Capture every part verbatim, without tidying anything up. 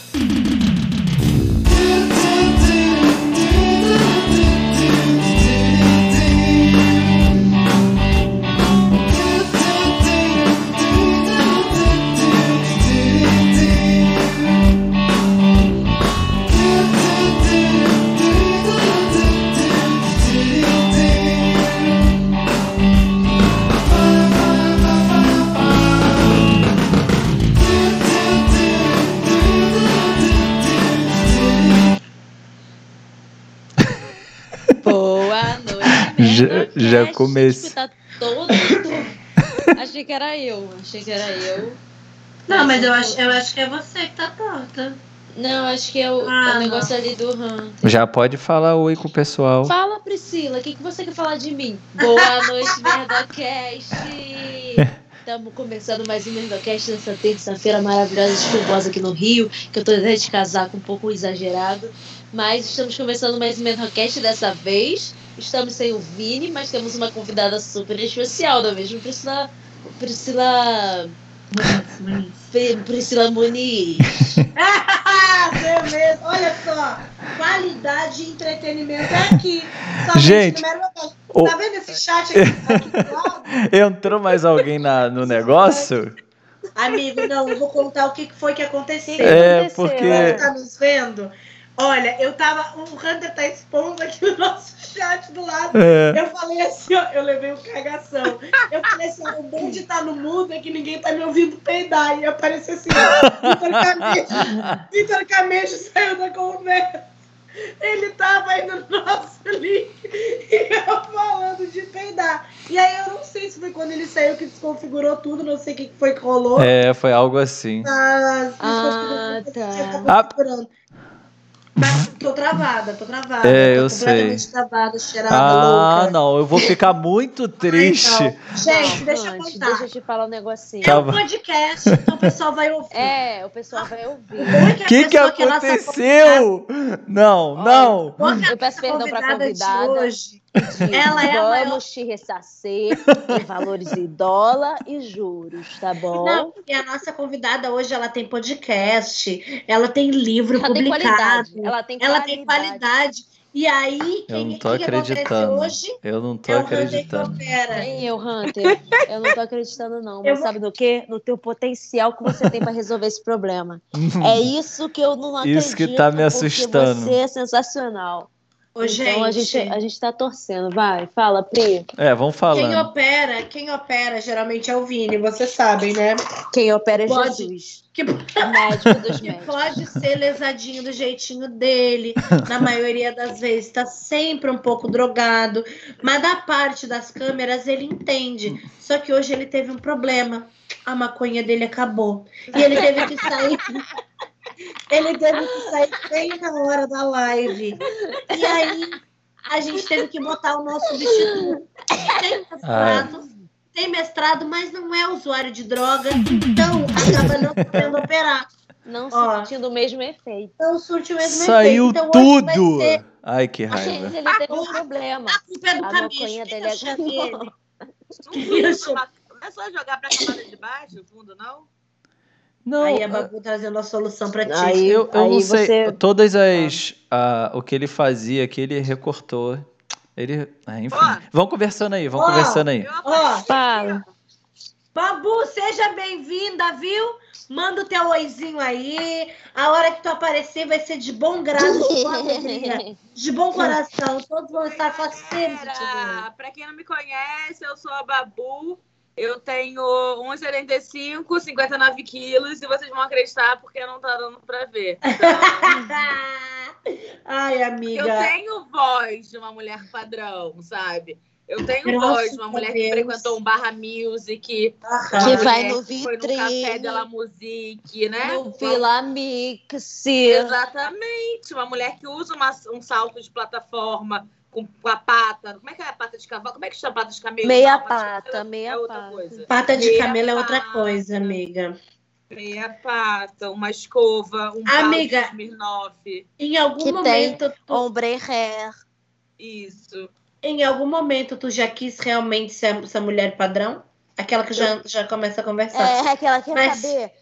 Boa noite, Já, Nerdcast. já comecei. Gente, tá todo... Achei que era eu, achei que era eu. Não, mas eu acho, eu acho que é você que tá torta. Não, acho que é o, Ah, o negócio não. ali do Hunter. Já pode falar oi com o pessoal. Fala, Priscila, o que, que você quer falar de mim? Boa noite, Nerdcast! Estamos começando mais um Nerdcast nessa terça-feira maravilhosa e chuvosa aqui no Rio, que eu tô até de casaco um pouco exagerado. Mas estamos começando mais um Nerdcast dessa vez. Estamos sem o Vini, mas temos uma convidada super especial, não é mesmo? Priscila... Priscila... Pri- Priscila Muniz. Seu mesmo. Olha só, qualidade e entretenimento é aqui. Só Gente, tá o- vendo esse chat aqui, aqui do lado? Entrou mais alguém na, no negócio? Amigo, não, eu vou contar o que que foi que aconteceu. É, aconteceu? porque. Você tá nos vendo? Olha, eu tava. O Hunter tá expondo aqui o nosso chat do lado. É. Eu falei assim, ó, eu levei um cagação. Eu falei assim, ó, o bom de tá no mudo é que ninguém tá me ouvindo peidar. E apareceu assim, ó, Vitor Camejo. Vitor Camejo saiu da conversa. Ele tava aí no nosso link e eu falando de peidar. E aí eu não sei se foi quando ele saiu que desconfigurou tudo, não sei o que foi que rolou. É, foi algo assim. Mas Ah, desconfigurou, tá. tá configurando. Mas tô travada, tô travada. É, tô eu completamente sei. travada, cheirada, Ah, louca. não, eu vou ficar muito triste. Ai, não. Gente, Não, deixa eu antes, contar. deixa eu te falar um negocinho. É um Tava- podcast, então o pessoal vai ouvir. É, o pessoal vai ouvir. O bom é que O a que, que pessoa que é nossa aconteceu? Não, Olha, não. convidada- Eu peço perdão pra convidada de convidada. hoje. Digo, Ela é a vamos maior- te ressarcer em valores de dólar e juros, tá bom? Não, e a nossa convidada hoje, ela tem podcast, ela tem livro Ela tem publicado. qualidade. Ela tem Ela qualidade. tem qualidade. E aí, Eu quem, não tô quem que apareceu acreditando. hoje Eu não tô é o Hunter que acreditando. opera. Quem eu, Hunter? Eu não tô acreditando, não. Mas Eu vou- sabe do quê? No teu potencial que você tem pra resolver esse problema. É isso que eu não acredito. Isso que tá me porque assustando. Você é sensacional. Ô, Então a gente, a gente tá torcendo. Vai, fala, Pri. É, vamos Quem falando. opera, quem opera geralmente é o Vini, vocês sabem, né? Quem opera é Pode. Jesus. Que, O médico dos que médicos. pode ser lesadinho do jeitinho dele, na maioria das vezes tá sempre um pouco drogado, mas da parte das câmeras ele entende. Só que hoje ele teve um problema. A maconha dele acabou. E ele teve que sair. Ele teve que sair bem na hora da live. E aí a gente teve que botar o nosso substituto. Tem mestrado, tem mestrado, mas não é usuário de droga, então acaba não podendo operar. Não Ó. sentindo o mesmo efeito. Não surte o mesmo Saiu efeito. Então, hoje vai tudo! ser- Ai, que Mas raiva. ele teve um problema. A culpa é do A Camilo. maconha Quem dele é achou ele? ganhou. Não, fundo, não é só jogar pra camada de baixo, o fundo, não? Não, Aí a Babu trazendo a solução pra ti. Aí- eu, eu não aí sei. você- Todas as. ah, o que ele fazia, que ele recortou. Ele. ah, enfim. Ó. Vão conversando aí, vão Ó. conversando aí. Eu Ó, apareci Fala. aqui, Babu, seja bem-vinda, viu? Manda o teu oizinho aí. A hora que tu aparecer vai ser de bom grado, de boa alegria, de bom coração. Todos vão ó. estar faceiros de te ver. Galera, pra quem não me conhece, eu sou a Babu. Eu tenho um metro e setenta e cinco, cinquenta e nove quilos, e vocês vão acreditar porque não tá dando pra ver. Ai, Eu amiga. tenho voz de uma mulher padrão, sabe? Eu tenho Graças voz de uma a mulher Deus. que frequentou um barra music, Aham. uma Que mulher vai no que foi no Vitrine, café dela music, né? No Vila Mix. Exatamente, uma mulher que usa uma- um salto de plataforma com a pata. Como é que é a pata de cavalo? Como é que chama a pata de camelo? Meia Não, pata, de- meia é outra pata. coisa. Pata de Meia camelo é outra pata, coisa, amiga. Meia pata, uma escova, um Amiga. balde de Smirnoff. Em algum Que momento, tu, Ombre hair. Isso. em algum momento, tu já quis realmente ser essa mulher padrão? Aquela que já, já começa a conversar. É, aquela quer Mas- saber.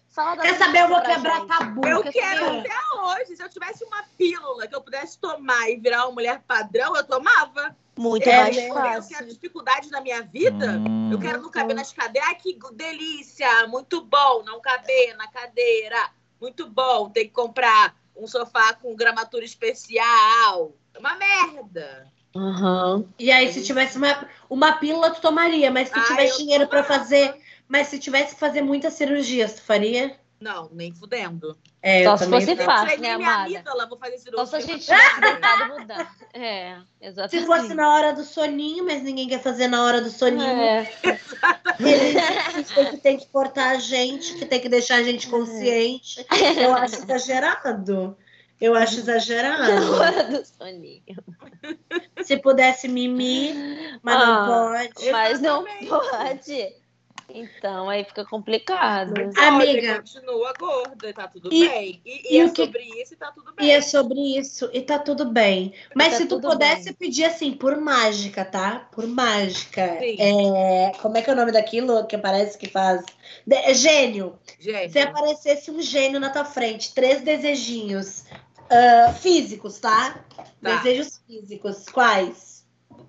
Salada Quer mista saber? Eu vou pra quebrar gente. tabu. Eu Quer quero saber? até hoje. Se eu tivesse uma pílula que eu pudesse tomar e virar uma mulher padrão, eu tomava. Muito Eu, mais eu, eu fácil. quero dificuldade na minha vida. Hum. Eu quero não caber nas cadeiras. Ai, que delícia! Muito bom não caber na cadeira. Muito bom ter que comprar um sofá com gramatura especial. É uma merda. Aham. E aí, se tivesse uma, uma pílula, tu tomaria. Mas se Ai, tivesse eu dinheiro pra tomava. fazer... Mas se tivesse que fazer muitas cirurgias, tu faria? Não, nem fudendo. É, Só eu se também fosse não. fácil, Treinei né, minha amada? amígdala, vou fazer Só cirurgia. se a gente tivesse deitado e mudar. É, exatamente. Se fosse na hora do soninho, mas ninguém quer fazer na hora do soninho. É. Ele diz que tem que cortar a gente, que tem que deixar a gente consciente. Eu acho exagerado. Eu acho Na exagerado. hora do soninho. Se pudesse mimir, mas Ah, não pode. Mas não Exatamente. pode. Então, aí fica complicado. Pode, Amiga. continua gorda, tá tudo E- bem. E, e e é o que- sobre isso e tá tudo bem. E é sobre isso, e tá tudo bem. Mas tá se tu tudo pudesse bem. pedir assim, por mágica, tá? Por mágica. Sim. É, como é que é o nome daquilo que parece que faz? De- é gênio. Gente, Se aparecesse um gênio na tua frente, três desejinhos ah, físicos, tá? Tá. Desejos físicos. Quais?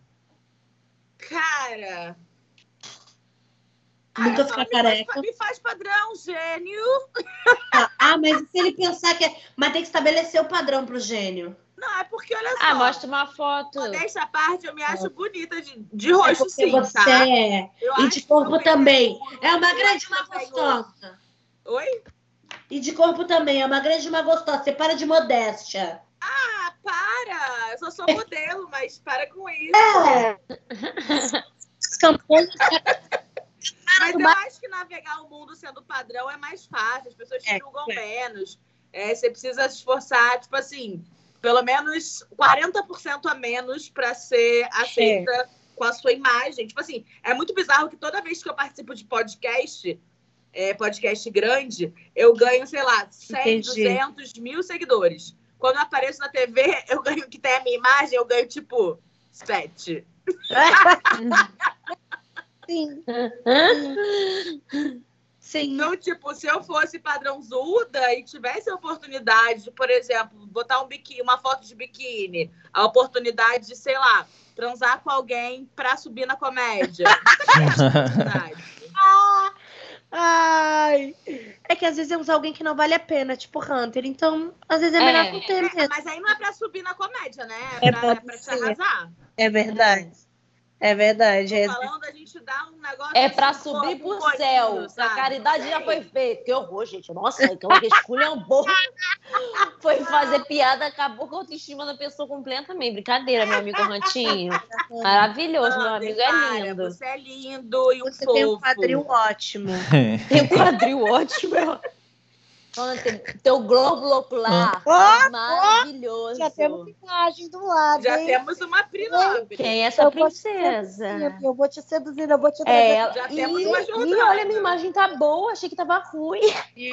cara... Nunca Ah, ficar me careca. Faz, me faz padrão, gênio. Tá. Ah, mas e se ele pensar que é. Mas tem que estabelecer o padrão pro gênio. Não, é porque, olha só. Ah, mostra uma foto. Nessa parte eu me acho Ah. bonita de, de É rosto, porque sim, você tá? é. Eu E acho de que corpo eu tenho- também. É uma eu grande acho que uma eu tenho- gostosa. Oi? E de corpo também, é uma grande uma gostosa. Você para de modéstia. Ah, para! Eu só sou modelo, mas para com isso. É. As campanhas. Mas eu acho que navegar o mundo sendo padrão é mais fácil, as pessoas te É, julgam é. menos. É, você precisa se esforçar, tipo assim, pelo menos quarenta por cento a menos para ser aceita com a sua imagem. Tipo assim, é muito bizarro que toda vez que eu participo de podcast, é, podcast grande, eu ganho, sei lá, cem, Entendi. duzentos mil seguidores. Quando eu apareço na T V, eu ganho que tem a minha imagem, eu ganho, tipo, sete. Sim. Sim. Então, tipo, se eu fosse padrãozuda e tivesse a oportunidade de, por exemplo, botar um biquíni, uma foto de biquíni, a oportunidade de, sei lá, transar com alguém pra subir na comédia. Essa oportunidade. Ai. É que às vezes é usar alguém que não vale a pena, tipo Hunter. Então, às vezes é melhor É. não ter É, mesmo. mas aí não é pra subir na comédia, né? É, É pra, pode é pra te ser. arrasar. É verdade. É verdade. É... Tô falando, a gente dá um negócio É assim, pra pô, subir um pro bolinho, céu. A sabe? caridade já Sei. foi feita. Que horror, gente. Nossa, aquela que esculhambou. Foi fazer piada, acabou com a autoestima da pessoa completamente. Brincadeira, meu amigo Rantinho. Maravilhoso, meu Hunter, amigo é para, lindo. Você é lindo e um Você fofo. tem um quadril ótimo. Tem um quadril ótimo. Hunter, teu glóbulo ocular Ó, maravilhoso. Já temos imagem do lado, Já hein? temos uma prinobre. Quem é essa Eu vou te princesa? Eu vou te seduzir, eu vou te É, trazer. ela... Já e, temos uma e Jordana. olha, minha imagem tá boa, achei que tava ruim.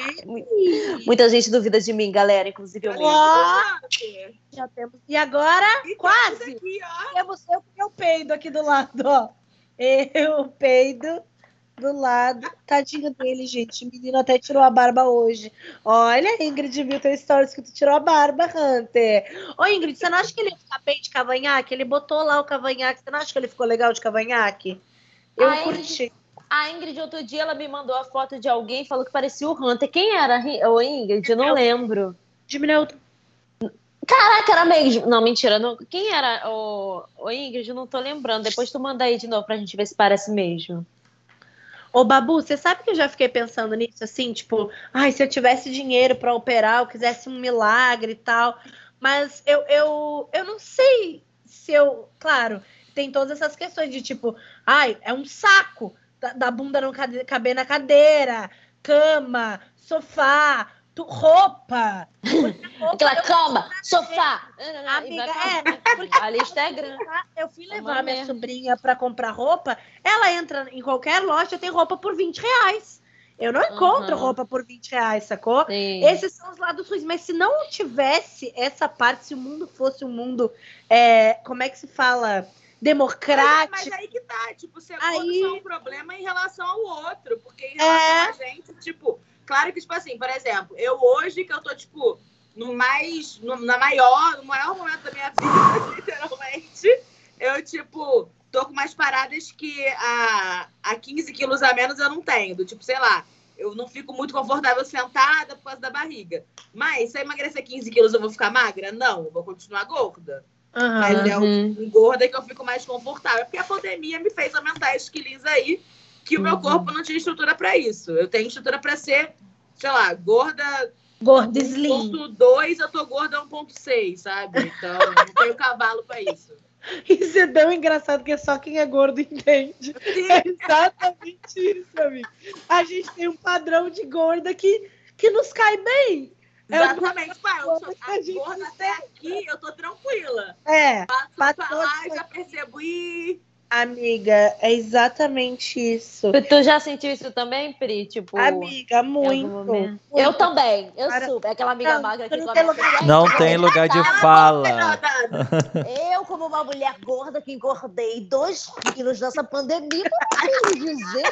Muita gente duvida de mim, galera, inclusive eu mesmo. Ó, Hunter. já temos. E agora, E quase. temos aqui, ó. Temos eu com meu peido aqui do lado, ó. Eu peido do lado. Tadinho dele, gente. O menino até tirou a barba hoje. Olha, Ingrid, viu teu stories que tu tirou a barba, Hunter. Ô, Ingrid, você não acha que ele ia ficar bem de cavanhaque? Ele botou lá o cavanhaque. Você não acha que ele ficou legal de cavanhaque? Eu Ah, curti. A Ingrid, outro dia, ela me mandou a foto de alguém e falou que parecia o Hunter. Quem era? Ô, Ingrid, eu não lembro. Diminuiu. Caraca, era mesmo. Não, mentira. Não... Quem era? Ô, ô, Ingrid, eu não tô lembrando. Depois tu manda aí de novo pra gente ver se parece mesmo. Ô, Babu, você sabe que eu já fiquei pensando nisso, assim, tipo, ai, se eu tivesse dinheiro pra operar, eu quisesse um milagre e tal, mas eu, eu, eu não sei se eu, claro, tem todas essas questões de tipo, ai, é um saco da, da bunda não cade- caber na cadeira, cama, sofá, tu, roupa. Aquela cama, sofá. Amiga, E vai pra- é, porque A lista é grande. eu fui Uma levar minha merda. sobrinha pra comprar roupa, ela entra em qualquer loja, tem roupa por vinte reais. Eu não encontro Uhum. roupa por vinte reais, sacou? Sim. Esses são os lados ruins. Mas se não tivesse essa parte, se o mundo fosse um mundo, é, como é que se fala? Mas, Democrático. mas aí que tá, tipo, ser Aí- gordo só é um problema em relação ao outro. Porque em É. relação a gente, tipo, Claro que, tipo assim, por exemplo, eu hoje que eu tô, tipo, no mais, no, na maior, no maior momento da minha vida, literalmente, eu, tipo, tô com umas paradas que a, a quinze quilos a menos eu não tenho. Do tipo, sei lá, eu não fico muito confortável sentada por causa da barriga. Mas se eu emagrecer quinze quilos, eu vou ficar magra? Não, eu vou continuar gorda. Uhum. Mas é um gorda que eu fico mais confortável. Porque a pandemia me fez aumentar esses quilinhos aí, que o meu corpo não tinha estrutura pra isso. Eu tenho estrutura pra ser, sei lá, gorda... Gorda slim. um ponto dois, eu tô gorda um ponto seis, sabe? Então, não tenho cavalo pra isso. Isso é tão engraçado que só quem é gordo entende. Sim. É exatamente isso, amigo. A gente tem um padrão de gorda que, que nos cai bem. Exatamente. É Pai, eu sou a gente a gorda até aqui, eu tô tranquila. É. Passo Pra pra todos lá, já aqui. percebi. Amiga, é exatamente isso. Tu já sentiu isso também, Pri? Tipo, Amiga, em algum muito. momento? muito. Eu também, eu Cara, super. Aquela amiga não, magra tu que não tem começa lugar- a- Não tem lugar de fala. Eu, como uma mulher gorda que engordei dois quilos nessa pandemia, não posso dizer.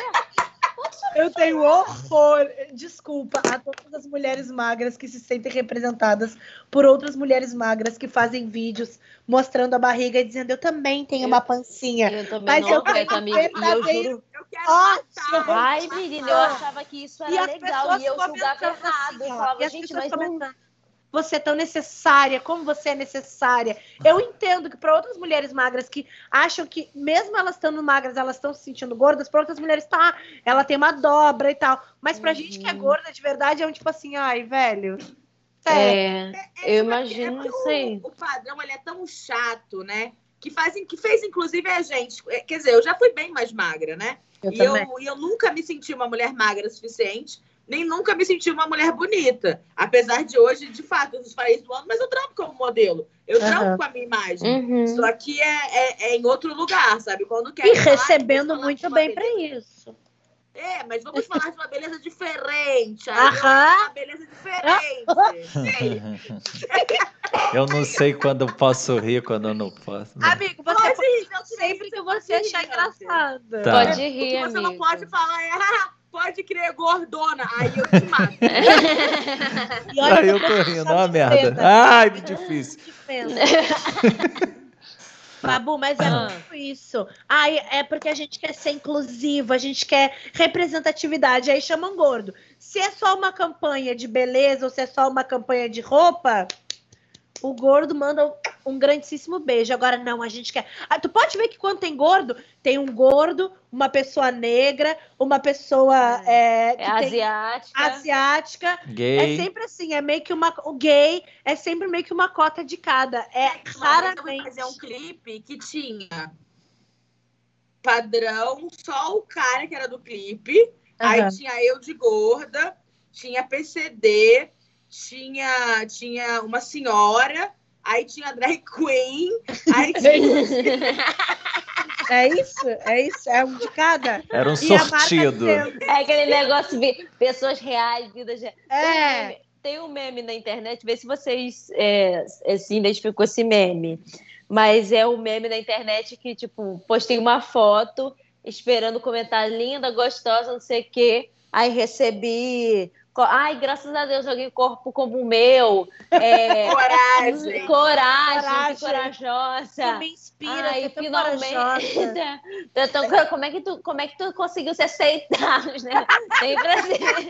Eu tenho horror, desculpa, a todas as mulheres magras que se sentem representadas por outras mulheres magras que fazem vídeos mostrando a barriga e dizendo eu também tenho Eu- uma pancinha. Eu também Mas não eu aguento, tenho amiga. E eu verdadeiro juro. Eu quero ótimo. matar. Ai, menina, eu achava que isso E era as legal. pessoas E eu julgava comentando errado. assim, Eu ó, falava, e as gente, pessoas mas não. comentando, você é tão necessária, como você é necessária. Eu entendo que para outras mulheres magras que acham que, mesmo elas estando magras, elas estão se sentindo gordas, para outras mulheres, tá, ela tem uma dobra e tal. Mas pra Uhum. gente que é gorda de verdade, é um tipo assim, ai, velho. Sério. É, É, eu tipo, imagino é porque isso aí. O, o padrão ele é tão chato, né? Que, fazem, que fez, inclusive, a gente. Quer dizer, eu já fui bem mais magra, né? Eu e, também. eu, e eu nunca me senti uma mulher magra o suficiente, nem nunca me senti uma mulher bonita. Apesar de hoje, de fato, eu falei isso do ano, mas eu trampo como modelo. Eu trampo Uhum. com a minha imagem. Uhum. Só que é, é, é em outro lugar, sabe? Quando quer E falar, recebendo vamos falar muito de uma bem beleza- pra isso. É, mas vamos falar de uma beleza diferente. Aí eu Aham. tenho uma beleza diferente. Eu não sei quando eu posso rir, quando eu não posso. Amigo, você Pode pode rir, não tirei sempre isso, que pode você rir, achar Hunter. engraçado. Tá. Pode O que rir, você não amigo. pode falar é, ah, pode crer gordona. Aí eu te mato. E olha Aí eu que tô vou rindo, puxar ó a de merda. defesa. Ai, que difícil. Defesa. Babu, mas é Ah. muito isso. Ai, é porque a gente quer ser inclusivo, a gente quer representatividade, aí chamam gordo. Se é só uma campanha de beleza ou se é só uma campanha de roupa, o gordo manda um grandíssimo beijo. Agora, não, a gente quer... Ah, tu pode ver que quando tem gordo, tem um gordo, uma pessoa negra, uma pessoa é, que É tem asiática. asiática. É Gay. sempre assim, é meio que uma... O gay é sempre meio que uma cota de cada. É Uma vez eu fui raramente... fazer um clipe que tinha padrão, só o cara que era do clipe. Aí Aham. tinha eu de gorda, tinha P C D, tinha, tinha uma senhora, aí tinha drag queen, aí tinha... É isso? É isso? É um de cada? Era um E a Marta sortido. dizendo, É aquele negócio de pessoas reais, vidas reais. É. Tem um meme na internet, vê se vocês é, se identificam com esse meme. Mas é um meme na internet que, tipo, postei uma foto esperando comentar linda, gostosa, não sei o quê. Aí recebi... Ai, graças a Deus, alguém corpo como o meu. É, Coragem. coragem, Coragem. que corajosa. Tu me inspira, Ai, você é tão finalmente. corajosa. Eu tô- como, é que tu, como é que tu conseguiu se aceitar, né? Sempre assim.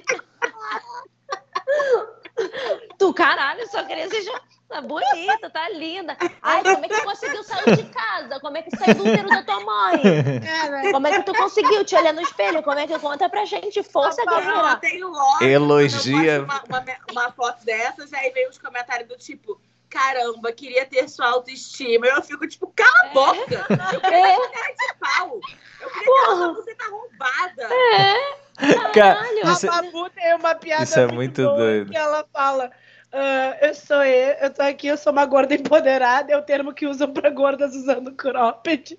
Tu, caralho, eu só queria ser tá bonita, tá linda. Ai, como é que tu conseguiu sair de casa? Como é que saiu do útero da tua mãe? Cara, Como é que tu conseguiu te olhar no espelho? Como é que conta pra gente? Força, Eu guerreira. tenho ódio Elogia. quando eu posto Uma, uma, uma foto dessas, aí vem os comentários do tipo, caramba, queria ter sua autoestima. Eu fico tipo, cala a boca. Eu queria É. ter cara de pau. Eu queria ter Porra. você tá arrombada. Cara, Caralho. você- a Babu tem uma piada Isso é muito boa doido. que ela fala, ah, eu sou eu, eu tô aqui, eu sou uma gorda empoderada, é o termo que usam pra gordas usando cropped.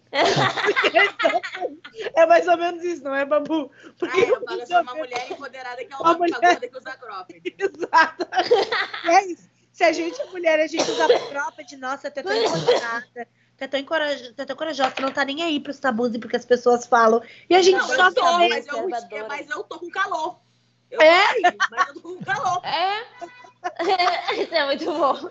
É mais ou menos isso, não é, Babu? Porque Aí eu falo, eu sou uma usa- mulher empoderada que é Uma uma mulher- gorda que usa cropped. Exato. É isso. Se a gente é mulher, a gente usa cropped, nossa, tu é tão empoderada, tu é tão, encoraj... tu é tão corajosa, tu não tá nem aí pros tabus e porque as pessoas falam. E a gente Não, só eu tô, vê. mas eu, observadora. mas eu tô com calor. Eu É? rio, mas eu tô com calor. É. Isso é muito bom.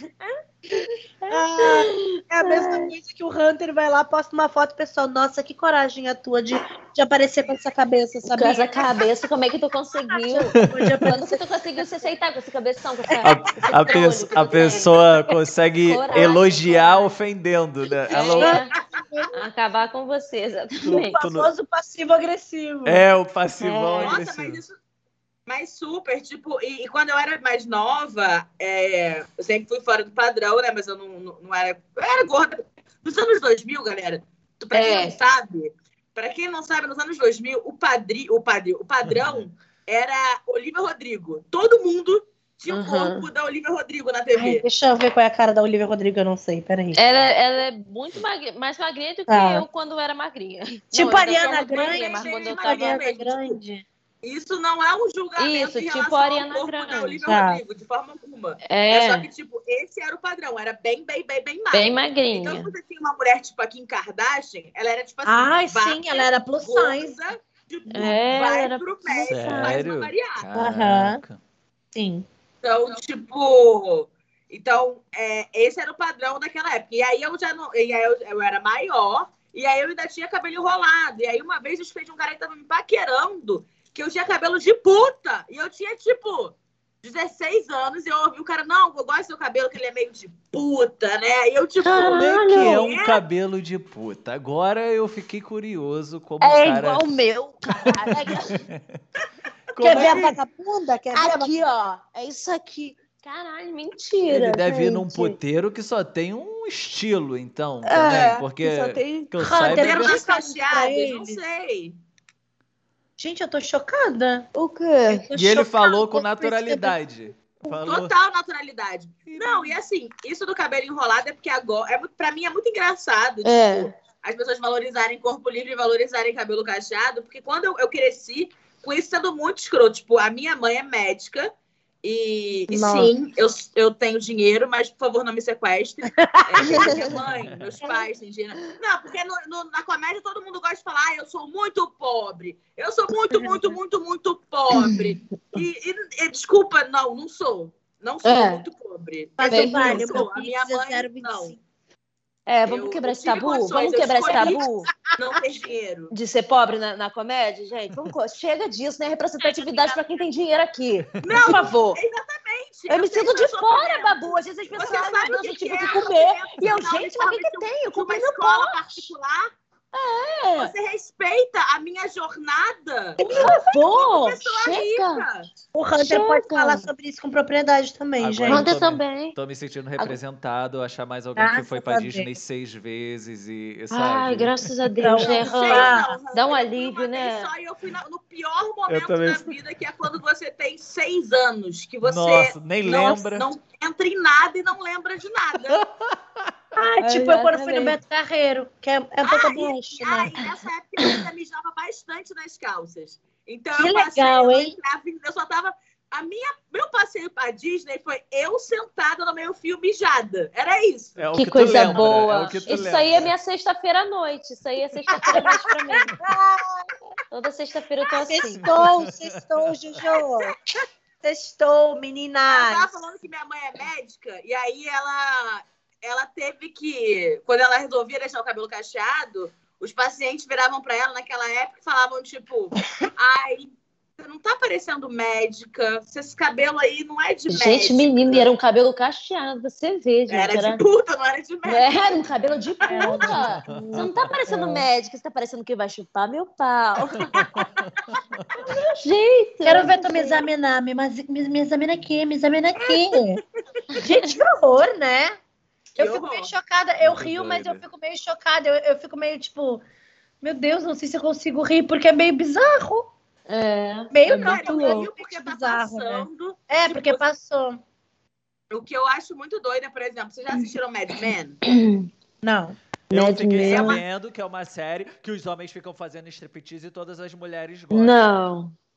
Ah, é a mesma coisa que o Hunter vai lá, posta uma foto, pessoal. Nossa, que coragem a tua de, de aparecer com essa cabeça, Com sabia? essa cabeça, como é que tu conseguiu? Podia Quando que aparecer. tu conseguiu se aceitar com esse cabeção, com essa, A, com esse a, trolho peço- que a tu tem? pessoa consegue Coragem, elogiar coragem. ofendendo, né? Ela, É, acabar com você, O exatamente. Tu não- famoso passivo-agressivo. é o passivão É. Nossa, agressivo. mas isso. Mas super, tipo, e, e quando eu era mais nova, é, eu sempre fui fora do padrão, né? Mas eu não, não, não era. Eu era gorda. Nos anos dois mil, galera, tu, pra quem É. não sabe, pra quem não sabe, nos anos dois mil, o padri, o padri, o padrão era Olivia Rodrigo. Todo mundo tinha o Uhum. corpo da Olivia Rodrigo na T V. Ai, deixa eu ver qual é a cara da Olivia Rodrigo, eu não sei, peraí. Ela, ela é muito magri- mais magrinha do que Tá. eu quando era magrinha. Tipo Não, eu ainda sou Ariana muito magrinha, Grande, mas quando eu tipo tava... Ariana mesmo, Grande. Isso não é um julgamento Isso, em tipo relação Ariana ao corpo Grande. da Olivia Tá. Rodrigo, de forma alguma. É só É, que, tipo, esse era o padrão. Era bem, bem, bem, bem magro. bem Então, magrinha. se você tinha uma mulher tipo a Kim Kardashian, ela era tipo assim, Ai, vai, sim, ela era plus size. gorda, tipo, É, vai ela era pro plus médico, size. faz uma Sério? bariátrica. Caraca. Sim. Então, tipo... Então, é, esse era o padrão daquela época. E aí eu já não... E aí eu, eu era maior, e aí eu ainda tinha cabelo enrolado. E aí uma vez eu fez um cara que tava me paquerando, que eu tinha cabelo de puta. E eu tinha, tipo... dezesseis anos, e eu ouvi o cara, não, eu gosto do seu cabelo, que ele é meio de puta, né? E eu, tipo, Como é Caralho! que é um cabelo de puta? Agora eu fiquei curioso como o É cara... igual o meu, caralho. Como Quer é ver a que- vagabunda? Quer ver a Aqui, ó. É isso aqui. Caralho, mentira. Ele deve ir num gente. puteiro que só tem um estilo, então, É, também. Porque que só tem- que eu Hunter, saiba... Cabelo Diga nas isso pra cacheadas, não ele. sei. Gente, eu tô chocada. O quê? Eu tô E ele chocada falou com por naturalidade. Falou... Total naturalidade. Não, e assim, isso do cabelo enrolado é porque agora, é muito, pra mim é muito engraçado, É. tipo, as pessoas valorizarem corpo livre e valorizarem cabelo cacheado, porque quando eu, eu cresci com isso sendo muito escroto, tipo, a minha mãe é médica e, e Nossa. sim, eu, eu tenho dinheiro, mas por favor não me sequestre. É, minha mãe, meus pais têm dinheiro. Não, porque no, no- na comédia todo mundo gosta de falar, ah, eu sou muito pobre, eu sou muito, muito, muito, muito pobre. E, e- e, desculpa, não, não sou. Não sou É. muito pobre. Mas Bem o vale, isso. o meu A minha Pix é mãe, zero vírgula vinte e não. cinco. É, vamos Eu- quebrar eu esse tive tabu? condições, Vamos eu quebrar esse escolhi. tabu Não ter dinheiro. de ser pobre na, na comédia, gente? Vamos, co- chega disso, né? Representatividade pra quem tem dinheiro aqui. Não, Por favor. Exatamente. Eu me sei sinto que eu de sou fora, pobre. Babu. Às vezes as pessoas Você falam, sabe meu o Deus, eu que, que tive é que comer. E eu, Não, gente, mas o que que de um- tem? Eu de uma comprei meu escola pão. particular. É. Você respeita a minha jornada. Pô, Pessoa chega. rica. O Hunter Chega. pode falar sobre isso com propriedade também, Agora gente. eu Hunter tô me- também. Tô me sentindo representado, achar mais alguém que Graças foi pra a Disney Deus. seis vezes e, sabe? Ai, graças a Deus, Então, né, gente, Hunter? ah, Não, Dá um eu fui alívio, uma vez né? Só, e eu fui na- no pior momento também. da vida, que é quando você tem seis anos, que você Nossa, nem não, lembra. não entra em nada e não lembra de nada. Ah, tipo, eu quando fui no Exatamente. Beto Carreiro, que é, é um pouco abaixo, Ah, né? e nessa época eu ainda mijava bastante nas calças. Então Que eu passei, legal, eu hein? entrava, em- eu só tava. A minha, meu passeio pra Disney foi eu sentada no meu fio mijada. Era isso. É o Que tu coisa lembra, boa. é o que tu Isso lembra. aí é minha sexta-feira à noite. Isso aí é sexta-feira à noite pra mim. Toda sexta-feira eu tô assim. Sextou, sextou, Jojo. Sextou, Ela tava meninas. falando que minha mãe é médica, e aí ela, ela teve que. Quando ela resolvia deixar o cabelo cacheado, os pacientes viravam pra ela naquela época e falavam, tipo, ai, você não tá parecendo médica, esse cabelo aí não é de médica. Gente, menino, e era um cabelo cacheado. Você vê, gente. Era Era, de puta, não era de médica. era um cabelo de puta. Você não tá parecendo médica, você tá parecendo que vai chupar meu pau. É o meu jeito. Quero é o ver meu tu me jeito. examinar. Me, me, me examina aqui, me examina aqui. Gente, que horror, né? Que Eu fico horror. meio chocada. Eu Muito rio, mas eu doida. fico meio chocada. Eu, eu fico meio tipo, meu Deus, não sei se eu consigo rir, porque é meio bizarro. É, Meio é não, muito Cara, é eu louco. rio porque tá bizarro, né? passando. É, Tipo, porque passou. O que eu acho muito doido é, por exemplo, vocês já assistiram Mad Men? Não. Eu Mad fiquei Men. sabendo que é uma série que os homens ficam fazendo striptease e todas as mulheres gostam. Não.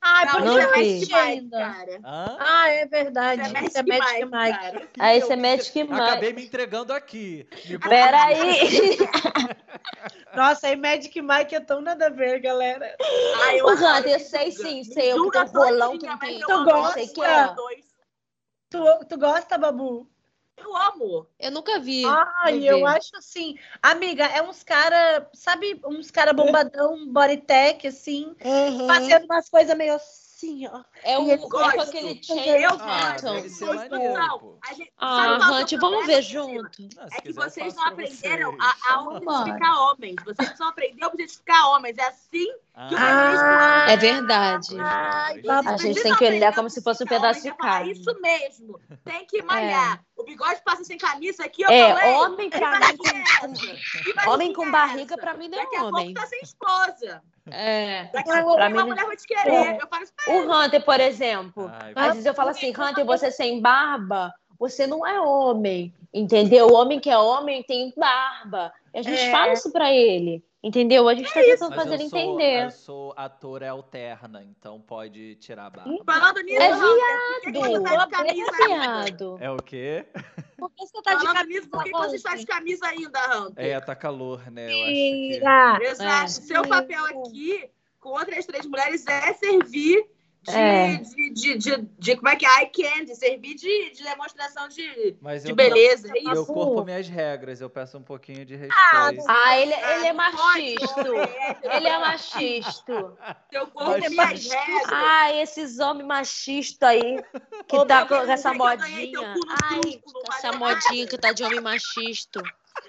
Ai, Não, por não que isso é não vi. Magic assisti Mike, ainda? cara. Hã? Ah, é verdade. Isso é Isso é Magic Magic Mike, Mike. cara. Aí esse é Eu me Magic entre- Acabei Mike. me entregando aqui. Me Peraí. Nossa, aí Magic Mike é tão nada a ver, galera. Ah, eu O adoro, Hunter, eu me sei julga. sim, Me sei eu que tem julga um rolão que todinha, não mas tem eu Tu amo não sei os quem é. dois. Tu, tu gosta, Babu? Eu amo. Eu nunca vi. Ai, Vou eu ver. acho assim. Amiga, é uns cara, sabe, uns cara bombadão, bodytech, assim, fazendo umas coisas meio assim, ó. É, o, E ele é com gosto. aquele Channing Eu Ah, Tatum. deve ser gosto. maneiro, Não, pô. a gente, Ah, sabe qual que é o Hunt, vamos problema, ver Cristina? junto. Não, se É que quiser, eu vocês faço não pra aprenderam vocês. a, a Vambora. objetificar homens. Vocês não aprenderam a objetificar homens. É assim que o Ah, feminismo Ah, É anda. verdade. Ai, Gostei, Vocês Babu. A gostei. gente tem precisam que olhar aprender a como se fosse um objetificar pedaço homens, de é falar carne. isso mesmo. Tem que malhar. O bigode passa sem camisa aqui, eu É, falei. homem Que pra mim barriga com, é essa? com- Que barriguinha homem com é barriga essa? pra mim não Daqui é a pouco homem. tá sem esposa. É, Daqui a pouco pra uma mim. mulher vai te querer. Eu falo, O Hunter, por exemplo, Ai, às vezes eu falo assim, Hunter, você sem barba, você não é homem, entendeu? O homem que é homem tem barba. E a gente É. fala isso pra ele, entendeu? A gente tá tentando mas fazer eu ele sou, entender. eu sou ator alterna, então pode tirar a barba. falando nisso, É Hunter, por que que você tá de É camisa ainda? viado. É o quê? Por que você tá de Falando camisa nisso, por que que você está de hoje? camisa ainda, Hunter? É, tá calor, né? Eu acho que... Mentira! Exato. É. Seu papel aqui, com outras três mulheres, é servir de, É. de, de, de, de- como é que é? Eye candy, servir de, de demonstração de, Mas de eu beleza. É Meu isso. corpo, minhas regras. Eu peço um pouquinho de Ah, respeito. Ah, ele, Ah, ele é não pode, machista. homem, é, Ele é machista. Seu corpo, Mas- minhas regras. Ah, esses homens machistas aí, que Ô, tá Babu, com essa eu ganhei teu modinha. cu no Ai, truco, não essa valeu modinha que tá de homem machista.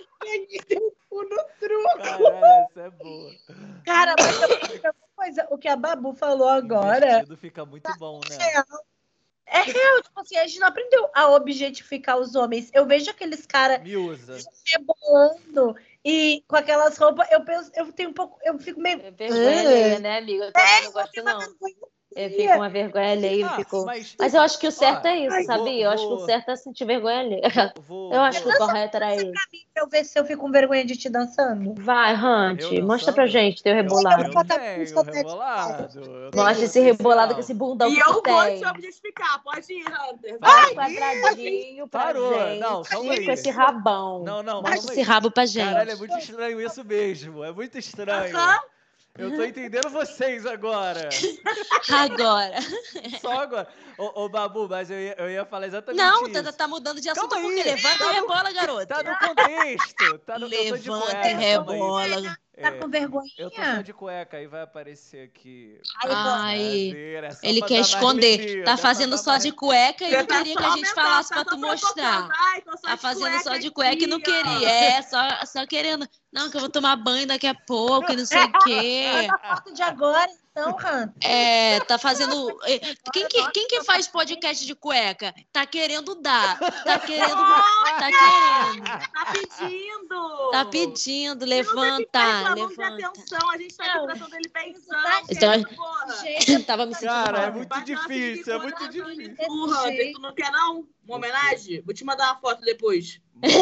Caralho, essa é boa. Cara, mas eu vou dizer uma coisa, o que a Babu falou O agora vestido fica muito bom, é né? real. É real, tipo assim, a gente não aprendeu a objetificar os homens. Eu vejo aqueles caras Me usa. rebolando e com aquelas roupas, eu penso, eu tenho um pouco, eu fico meio. É vergonha alheia, né, amiga? Eu também não gosto, não. Eu fico uma vergonha alheia, eu Ah, fico... mas Mas eu acho que o certo Ó, é isso, ai, sabia? vou- Eu acho que vou- o certo é sentir vergonha alheia. vou, Eu acho que vou- o correto era isso. Pra mim, pra eu ver se eu fico com vergonha de te dançando. Vai, Hunt, Eu mostra pra dançando? gente teu Eu, rebolado. eu tenho rebolado. Eu tenho Mostra esse potencial. rebolado com esse bundão E que eu tu vou tem. te objetificar. Pode ir, Hunter. Vai Vai. quadradinho pra Parou. gente. Não, calma aí. Com esse rabão. Não, não, Mostra calma esse aí. rabo pra gente. Caralho, é muito estranho isso mesmo. É muito estranho. Aham. Eu tô entendendo vocês agora. Agora. Só agora. Ô, ô, Babu, mas eu ia, eu ia falar exatamente Não, isso. tá, tá mudando de assunto Calma porque aí. levanta Tá e no- rebola, garota. Tá no contexto. Tá no, eu tô de Levanta cueca, e calma aí. rebola. Tá É, com vergonha? eu tô só de cueca, aí vai aparecer aqui. Ai, Brincadeira, é só ele pra quer dar mais esconder. medida, Tá pra fazendo dar só mais- de cueca e Você não tá queria só que a gente aumentando, falasse tá pra só tu mostrar. provocando. Ai, tô só Tá de fazendo só de aqui, cueca e não ó. queria. É, só, só querendo. Não, que eu vou tomar banho daqui a pouco e não sei o quê. Manda foto de agora, então, Han. É, tá fazendo. Quem que, quem que faz podcast de cueca? Tá querendo dar. Tá querendo. Tá querendo. Tá pedindo. Tá pedindo. Ele não tá aqui Levanta, reclamando de levanta. atenção. A gente tá aqui Não. tratando ele bem. Então- porra. Gente, Tava me sentindo Cara, é mal. muito Basta difícil, é uma muito figura difícil. de tu, Hunter. Tu não quer, não? Uma homenagem? Vou te mandar uma foto depois.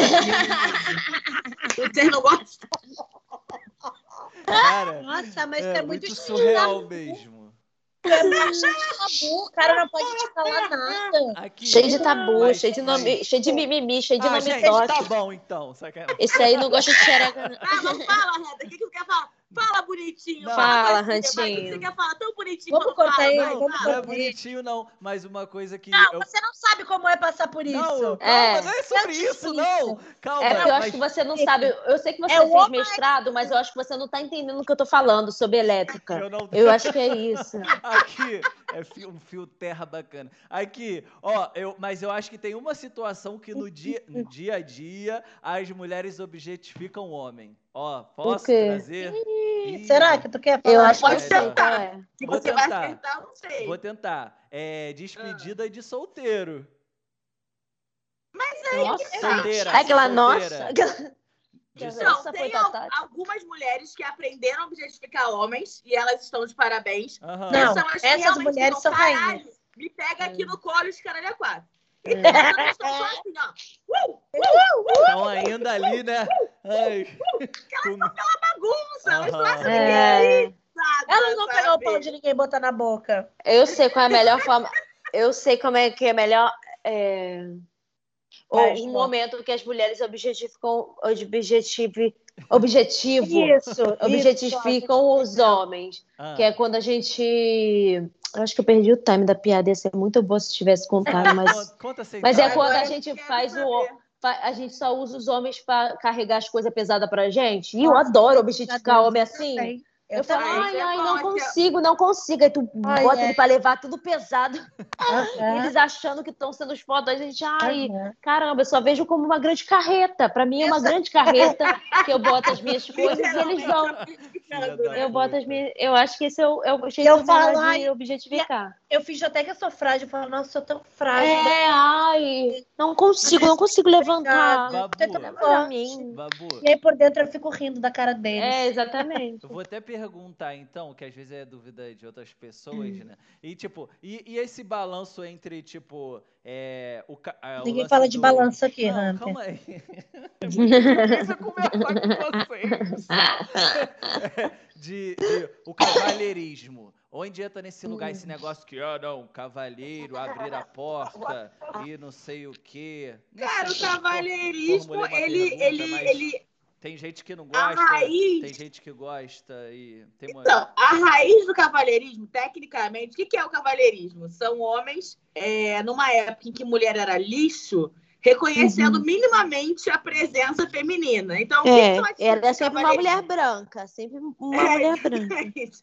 Vocês não gostam? Cara, nossa, mas é é muito muito surreal mesmo. É muito tabu, o cara não pode te falar nada. Aqui, Cheio de tabu, mas- cheio de nome, mas- cheio de mimimi, cheio de Ah, nome gente, torto. tá bom então. Sacanagem. Esse aí não gosta de xereca. não. Ah, não fala, Hunter. O que, que tu quer falar? Fala bonitinho. Não. Fala, coisinha, vai. O que Rantinho. você quer falar? Tão bonitinho. Vamos quando cortar fala, ele, vai, Não, vamos fala. não é bonitinho não, mas uma coisa que Não, eu... você não sabe como é passar por isso. Não, calma, É. não é sobre Eu te isso explico. não. Calma, É porque eu acho mas- que você não sabe. Eu sei que você É o fez homem- mestrado, mas eu acho que você não tá entendendo o que eu tô falando sobre elétrica. Eu não Eu acho que é isso. Aqui, é fio- um fio terra bacana. Aqui, ó, eu, mas eu acho que tem uma situação que no dia, no dia a dia as mulheres objetificam o homem. Ó, posso quê? trazer? Ih, Será que tu quer falar? Eu acho que Pode eu sei tentar. qual é. Se Vou você vai tentar. acertar, eu não sei. Vou tentar. É despedida de solteiro. Nossa. Solteira. Aquela solteira. nossa. Aquela... De Não, sol- Não, Essa tem foi al- Tatá. algumas mulheres que aprenderam a objetificar homens e elas estão de parabéns. Aham. Não, São as que essas realmente mulheres ficam, são "Caralho, rainhas." Me pega aqui no colo os caralho a quatro. É. Elas estão só assim, ó. Estão ainda ali, né? Ai. Com- Bagunça, elas estão assim, Aham. É. sabe? Ela não pegou o sabe? pau de ninguém botar na boca. Eu sei qual é a melhor forma. Eu sei como é que é melhor. É... Vai, Ou um João. momento que as mulheres objetificam, objetivo, objetivo, Isso, objetificam isso, os homens. Ah. Que é quando a gente. Eu acho que eu perdi o time da piada, ia ser muito boa se tivesse contado, mas. Conta, conta sem Mas é cara. quando Agora a eu gente quero faz saber. o. fa- A gente só usa os homens para carregar as coisas pesadas pra gente. E eu Nossa, adoro meu objetificar Deus, homem eu assim. também. Eu falo, também. ai, É ai, bom, não esse é- consigo, não consigo. Aí tu Ai, bota é. ele pra levar tudo pesado. Aham, E eles achando que estão sendo os fodões. A gente, ai, aham. caramba, eu só vejo como uma grande carreta. Pra mim é uma grande carreta que eu boto as minhas coisas e eles vão. Filha da Eu boto as puta. minhas. Eu acho que esse é o, é o jeito Eu melhor falo, de ai, objetificar. Eu finjo até que eu sou frágil. Eu falo, nossa, eu sou tão frágil. É, ai, não consigo, não consigo levantar. Babu. Você é tão Pra forte. mim. Babu, E aí por dentro eu fico rindo da cara deles. É, exatamente. eu vou até perguntar, então, que às vezes é dúvida de outras pessoas, né? E, tipo, e, e esse balanço entre, tipo, é, o, ca- ah, o Ninguém lance fala de do- balanço aqui, Não, Hunter. calma aí. É muito difícil conversar com vocês. de, de o cavalheirismo. Onde entra nesse lugar esse negócio que, ah, não, cavalheiro, abrir a porta e não sei o quê. Não Cara, sei o se eu cavalheirismo, formulei uma ele, pergunta, ele, mas ele. tem gente que não A gosta, raiz. tem gente que gosta e tem uma... Então, a raiz do cavalheirismo, tecnicamente, o que que é o cavalheirismo? São homens, é, numa época em que mulher era lixo, reconhecendo Uhum. minimamente a presença feminina. Então, o que É, são atitudes ela é de sempre uma cavalheirismo? mulher branca, sempre uma É, mulher branca.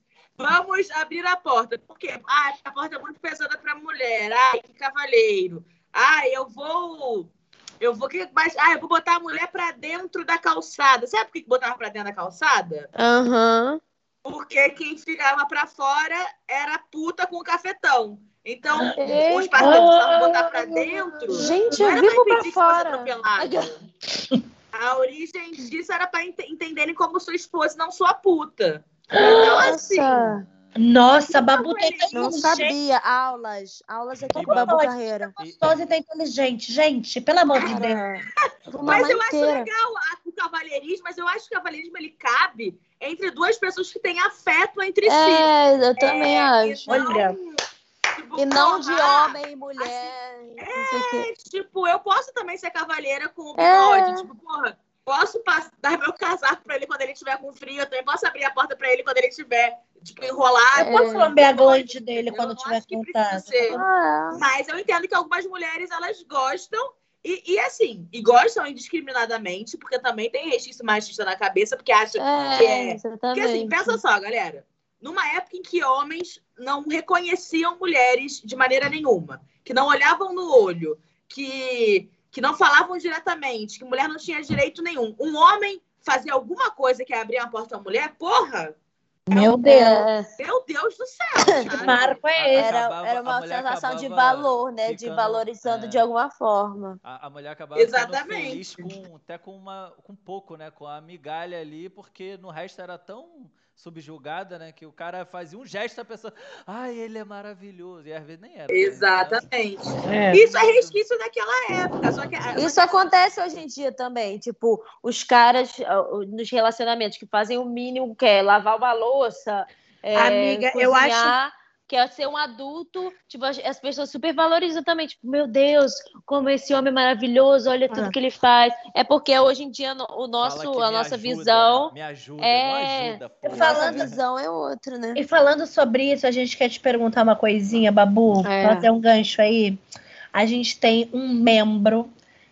Vamos abrir a porta. Por quê? Ah, a porta é muito pesada para mulher. Ai, que cavalheiro. Ai, eu vou. Eu vou. que- Mas, ah, eu vou botar a mulher para dentro da calçada. Sabe por que que botava para dentro da calçada? Aham. Porque quem ficava para fora era puta com cafetão. Então, Eita. os parceiros precisavam botar para dentro. Gente, não eu era vivo pra pra impedir que fosse fora. atropelado. A origem disso era para entenderem como sua esposa e não sua puta. Então, assim. Nossa, Nossa, Babu tá não inteligente. sabia. Aulas, aulas aqui E com o Babu Babu- Carreira. Gostosa e tá inteligente. Gente, pelo amor de Deus. Cara, uma Mas mãe eu acho inteira. legal a- o cavalheirismo, mas eu acho que o cavalheirismo ele cabe entre duas pessoas que têm afeto entre si. É, eu também É, acho. E não, Olha. tipo, E não de porra, homem e mulher. não sei o quê. é, tipo, eu posso também ser cavalheira com o É. bigode. Tipo, porra, posso passar, dar meu casaco pra ele quando ele estiver com frio. Eu também posso abrir a porta pra ele quando ele estiver, tipo, enrolado. Eu posso lamber a glande dele Eu quando não tiver acho que precisa contato. ser. Ah, Mas eu entendo que algumas mulheres, elas gostam, e, e assim, e gostam indiscriminadamente, porque também tem restício machista na cabeça, porque acha que é, é... Porque exatamente. assim, pensa só, galera, numa época em que homens não reconheciam mulheres de maneira nenhuma, que não olhavam no olho, que, que não falavam diretamente, que mulher não tinha direito nenhum. Um homem fazer alguma coisa que é abrir uma porta à mulher, porra, Meu Deus. É, meu Deus do céu, Que sabe? marco é esse? era, Acabava- era a uma mulher sensação de acabava valor, né? De ficando- valorizando é. de alguma forma. A, a mulher acabava ficando Exatamente. feliz com, até com, uma, com pouco, né? Com a migalha ali, porque no resto era tão subjugada, né? Que o cara fazia um gesto, a pessoa, ai, ele é maravilhoso. E às vezes nem era. né? Exatamente. É. Isso é resquício daquela época. Só que, Isso acontece hoje em dia também. Tipo, os caras ah, nos relacionamentos que fazem o mínimo, que é lavar uma louça, é, Amiga, eu cozinhar, quer ser um adulto. Tipo, as, as pessoas super valorizam também. Tipo, meu Deus, como esse homem é maravilhoso, olha tudo Ah. que ele faz. É porque hoje em dia no- o Fala nosso, que a me nossa ajuda, visão. Me ajuda, é- não ajuda, porra. Nossa Falando- visão é outra, né? E falando sobre isso, a gente quer te perguntar uma coisinha, Babu. É. Fazer um gancho aí. A gente tem um membro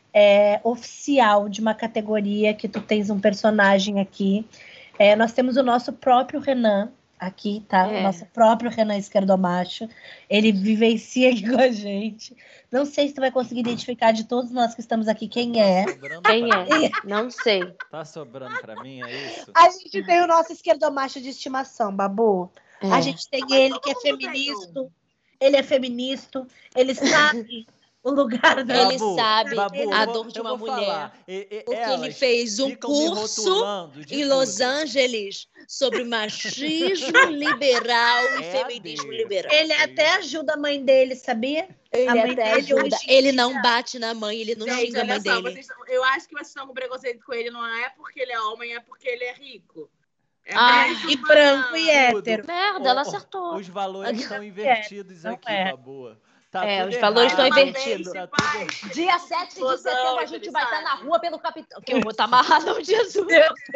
é, oficial de uma categoria que tu tens um personagem aqui. É, nós temos o nosso próprio Renan aqui, tá? É. O nosso próprio Renan Esquerdomacho. Ele vivencia aqui com a gente. Não sei se tu vai conseguir identificar de todos nós que estamos aqui quem é. Tá sobrando Quem pra é? mim? Não sei. Tá sobrando pra mim, é isso? A gente tem o nosso esquerdomacho de estimação, Babu. É. A gente tem Mas ele todo que é mundo tem feminista. Ele é feminista. Ele sabe o lugar dela. Ele sabe Babu, a eu vou- dor de eu uma vou mulher. falar. E- e- Porque elas ele fez um ficam me curso rotulando de em tudo. Los Angeles sobre machismo liberal e É feminismo dele. liberal. Ele até ajuda a mãe dele, sabia? Ele a mãe até dele ajuda. hoje em Ele dia- não bate na mãe, ele não Gente, xinga a olha mãe só, dele. vocês- eu acho que vocês estão com preconceito com ele, não é porque ele é homem, é porque ele é rico. É Ah, mais E uma- branco e Tudo. hétero. Merda, ela Ó, ó, acertou. Os valores estão invertidos não aqui, é. Babu. Tá É, tudo os valores errado. estão invertidos. Tá tudo errado. Dia sete de Explosão, setembro a gente vai estar na sabe? rua pelo capitão. Que eu vou estar amarrada ao Jesus.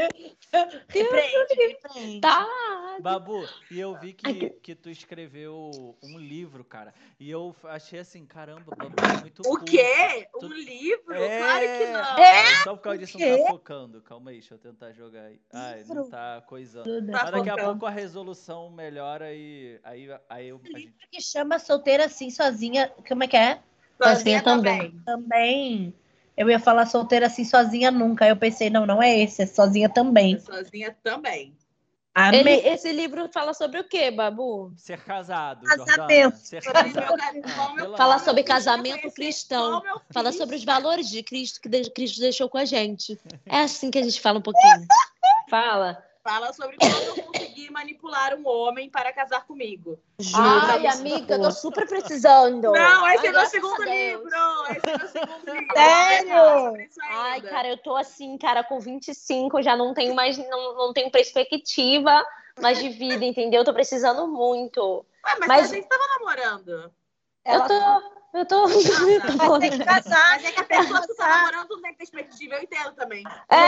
Repreende, repreende. Tá. Babu, e eu vi que, que tu escreveu um livro, cara. E eu achei assim, caramba, Babu é muito O culto. quê? Tu- Um livro? É... Claro que não. Ai, só por causa O disso quê? não tá focando. Calma aí, deixa eu tentar jogar aí. Ai, não Livro? tá coisando. Tudo. Tá Mas daqui a focando. pouco a resolução melhora e aí, aí eu, a gente... Que chama Solteira Assim, Sozinha. Como é que é? Sozinha também. também. Também. Eu ia falar Solteira Assim, Sozinha Nunca. Aí eu pensei, não, não é esse, é Sozinha Também. Sozinha também. Amei. Ele, esse livro fala sobre o quê, Babu? Ser casado, Casamento. Jordana. Ser Sobre casado. meu ca- como eu- pelo Fala amor sobre de Deus. casamento conhecer cristão. como eu Fala fiz. sobre os valores de Cristo que de- Cristo deixou com a gente. É assim que a gente fala um pouquinho. Fala. Fala sobre como eu consegui manipular um homem para casar comigo. Ai, amiga, eu tô super precisando. Não, esse Ai, é meu graças segundo a Deus. livro. Esse é meu segundo livro. Sério? Vai falar sobre isso Ai, ainda. cara, eu tô assim, cara, com vinte e cinco, eu já não tenho mais, não, não tenho perspectiva mais de vida, entendeu? Eu tô precisando muito. Ué, mas, mas- a gente tava namorando. Ela Eu tô, eu tô... vai ter que casar. Mas é que a pessoa que tá namorando não tem perspectiva, eu entendo também.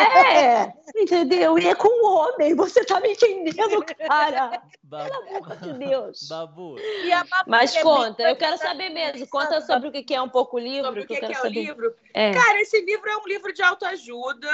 É, entendeu? E é com um homem, você tá me entendendo, cara? Babu, Pelo amor de Deus. Babu, E a Babu Mas é conta, bem- eu quero saber mesmo. Conta sobre o que que é um pouco o livro, Sobre o que que, eu que quero é o saber. livro. É. Cara, esse livro é um livro de autoajuda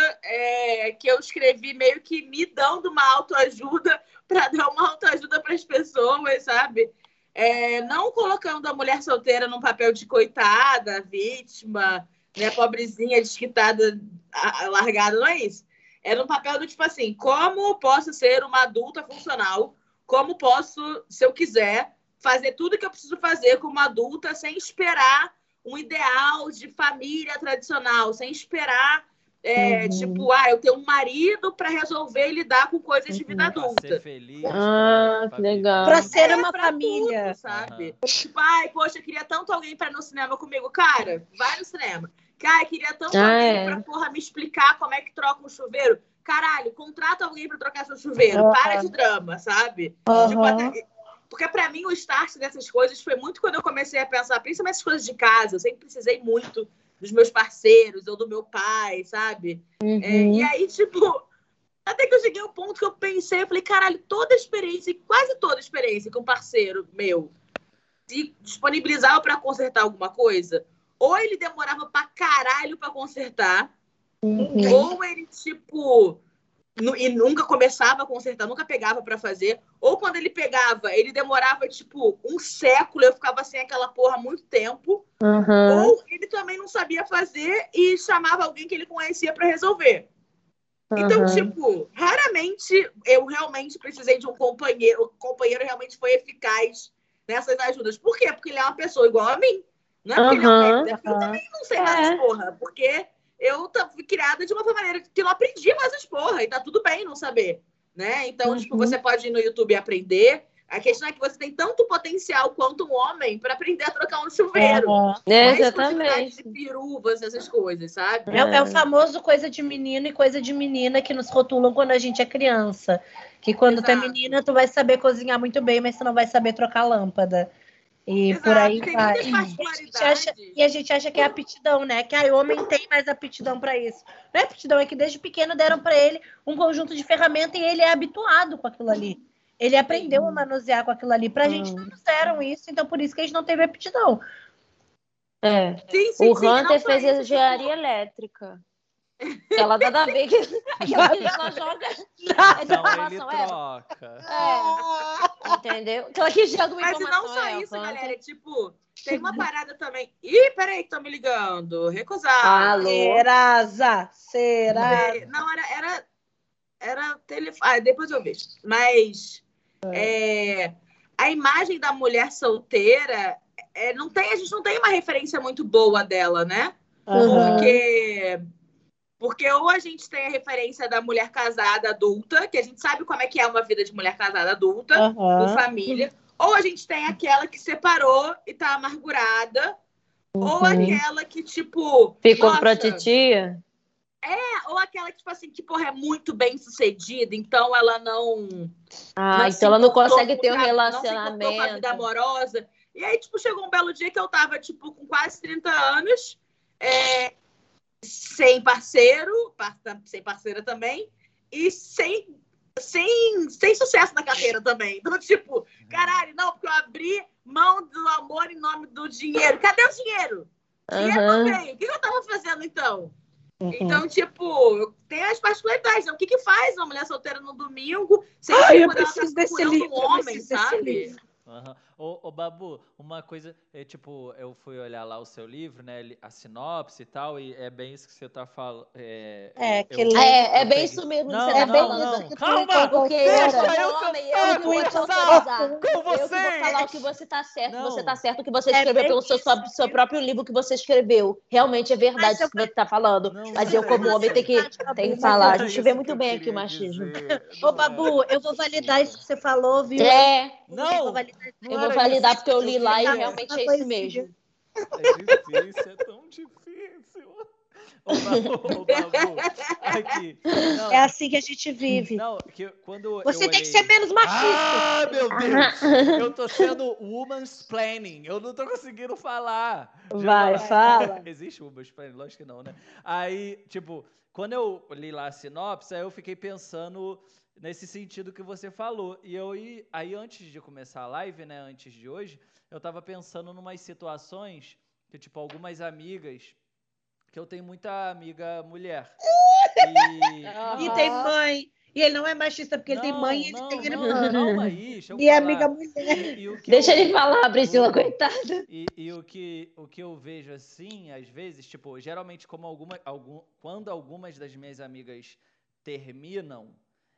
é, que eu escrevi meio que me dando uma autoajuda para dar uma autoajuda para as pessoas, sabe? É, não colocando a mulher solteira num papel de coitada, vítima, né, pobrezinha, desquitada, a- a- largada, não é isso. É num papel do tipo assim, como posso ser uma adulta funcional, como posso, se eu quiser, fazer tudo que eu preciso fazer como adulta sem esperar um ideal de família tradicional, sem esperar, é, Uhum. tipo, ah, eu tenho um marido para resolver e lidar com coisas de vida pra adulta. ser feliz. Ah, pra- que pra legal. Pra viver. ser É, uma pra família. tudo, sabe? Tipo, ai, poxa, eu queria tanto alguém pra ir no cinema comigo. Cara, vai no cinema. Cara, eu queria tanto Ah, alguém é. pra, porra, me explicar como é que troca um chuveiro. Caralho, contrata alguém pra trocar seu chuveiro. Aham. Para de drama, sabe? Aham. Tipo, até- Porque pra mim o start dessas coisas foi muito quando eu comecei a pensar, principalmente essas coisas de casa. Eu sempre precisei muito dos meus parceiros ou do meu pai, sabe? Uhum. É, e aí, tipo, até que eu cheguei ao ponto que eu pensei, eu falei, caralho, toda experiência, quase toda experiência com um parceiro meu se disponibilizava pra consertar alguma coisa, ou ele demorava pra caralho pra consertar, Uhum. ou ele, tipo, nu- e nunca começava a consertar, nunca pegava pra fazer, ou quando ele pegava, ele demorava, tipo, um século, eu ficava sem aquela porra há muito tempo, Uhum. ou ele também não sabia fazer e chamava alguém que ele conhecia pra resolver. Então, Uhum. tipo, raramente eu realmente precisei de um companheiro. O companheiro realmente foi eficaz nessas ajudas. Por quê? Porque ele é uma pessoa igual a mim. Não é porque ele é um Uhum. merda, é porque eu também não sei É. mais porra. Porque eu ta- fui criada de uma maneira que eu não aprendi mais as porra. E tá tudo bem não saber, né? Então, Uhum. tipo, você pode ir no YouTube e aprender. A questão é que você tem tanto potencial quanto um homem para aprender a trocar um chuveiro. Aham. Mais quantidade Exatamente. de piruvas, essas coisas, sabe? É, é o famoso coisa de menino e coisa de menina que nos rotulam quando a gente é criança. Que quando tu é Exato. menina, tu vai saber cozinhar muito bem, mas tu não vai saber trocar lâmpada. E Exato, por aí tem vai. muitas E a, gente particularidades. acha, e a gente acha que é aptidão, né? Que aí o homem tem mais aptidão para isso. Não é aptidão, é que desde pequeno deram para ele um conjunto de ferramentas e ele é habituado com aquilo ali. Ele aprendeu a manusear com aquilo ali. Pra Hum. gente não nos deram isso, então por isso que a gente não teve aptidão. É. Sim, sim, O sim, não Hunter só fez isso, engenharia elétrica. Ela nada a ver que ela, ela joga essa Não, ele informação, é. troca. É, entendeu? Aquela que joga uma Mas e informação não só é, isso, Hunter. galera. Tipo, tem uma parada também. Ih, peraí, que estão me ligando. Recusar. Alô? Serasa, será? É, Não, era. Era, era telefone. Ah, depois eu vejo. Mas é, a imagem da mulher solteira, é, não tem, a gente não tem uma referência muito boa dela, né? Aham. Porque, porque ou a gente tem a referência da mulher casada adulta, que a gente sabe como é que é uma vida de mulher casada adulta, com Aham. família, ou a gente tem aquela que separou e tá amargurada, ou Uhum. aquela que, tipo. Ficou nossa, pra titia? ou aquela que, tipo assim, que, porra, é muito bem sucedida, então ela não. Ah, não então ela não importou consegue com ter um tra- Não se importou com a vida relacionamento. amorosa. E aí, tipo, chegou um belo dia que eu tava, tipo, com quase trinta anos, é, sem parceiro, par- sem parceira também, e sem, sem, sem sucesso na carreira também. Então, tipo, caralho, não, porque eu abri mão do amor em nome do dinheiro. Cadê o dinheiro? Dinheiro não Aham. veio. O que eu tava fazendo, então? Uhum. Então, tipo, tem as particularidades. Né? O que que faz uma mulher solteira no domingo, sem Ai, ser eu quando ela tá preciso desse procurando livro, um eu homem, preciso desse sabe? livro. Aham. Ô, ô, Babu, uma coisa, é, tipo, eu fui olhar lá o seu livro, né, ele- a sinopse e tal, e é bem isso que você tá falando. É, É, eu- que eu- lê- É, é eu bem peguei- isso mesmo que Não, você tá É bem não, falando. isso não. que tu Calma! encontra Porque Deixa eu, eu como homem, eu cantar, que vou te conversar autorizar. com Eu que vou vocês! falar o que você tá certo, Não. você tá certo, o que você É escreveu bem pelo seu, isso seu, seu mesmo. próprio livro que você escreveu. Realmente é verdade Mas eu isso que você tá falando. Não, Mas não eu, é como homem, isso. tenho que, Babu, tenho que mas falar. eu- A Não é gente isso vê que muito eu bem aqui o queria machismo. dizer, Ô, não Babu, é. eu vou validar isso que você falou, viu? É, Eu vou Não, validar isso. não eu vou era validar isso porque eu que li lá e queria. realmente Uma é isso coisinha. mesmo. É difícil, é tão difícil. Ô, Babu, ô, Babu, aqui. Não, É assim que a gente vive. não, que quando Você eu tem que olhei... ser menos machista. Ah, meu Deus! Eu tô sendo woman's planning. Eu não tô conseguindo falar. Vai, Já- fala. Existe woman's planning? Lógico que não, né? Aí, tipo, quando eu li lá a sinopse, aí eu fiquei pensando nesse sentido que você falou. E eu ia- aí, antes de começar a live, né, antes de hoje, eu tava pensando em umas situações que, tipo, algumas amigas, que eu tenho muita amiga mulher. E, Aham. E tem mãe. E ele não é machista porque ele tem não, mãe e ele não, tem não, irmã. calma aí, deixa eu E é falar. amiga mulher. E, e o que Deixa eu- ele falar, Priscila, o- coitada. E, e o, que, o que eu vejo assim, às vezes, tipo, geralmente como alguma, algum, quando algumas das minhas amigas terminam,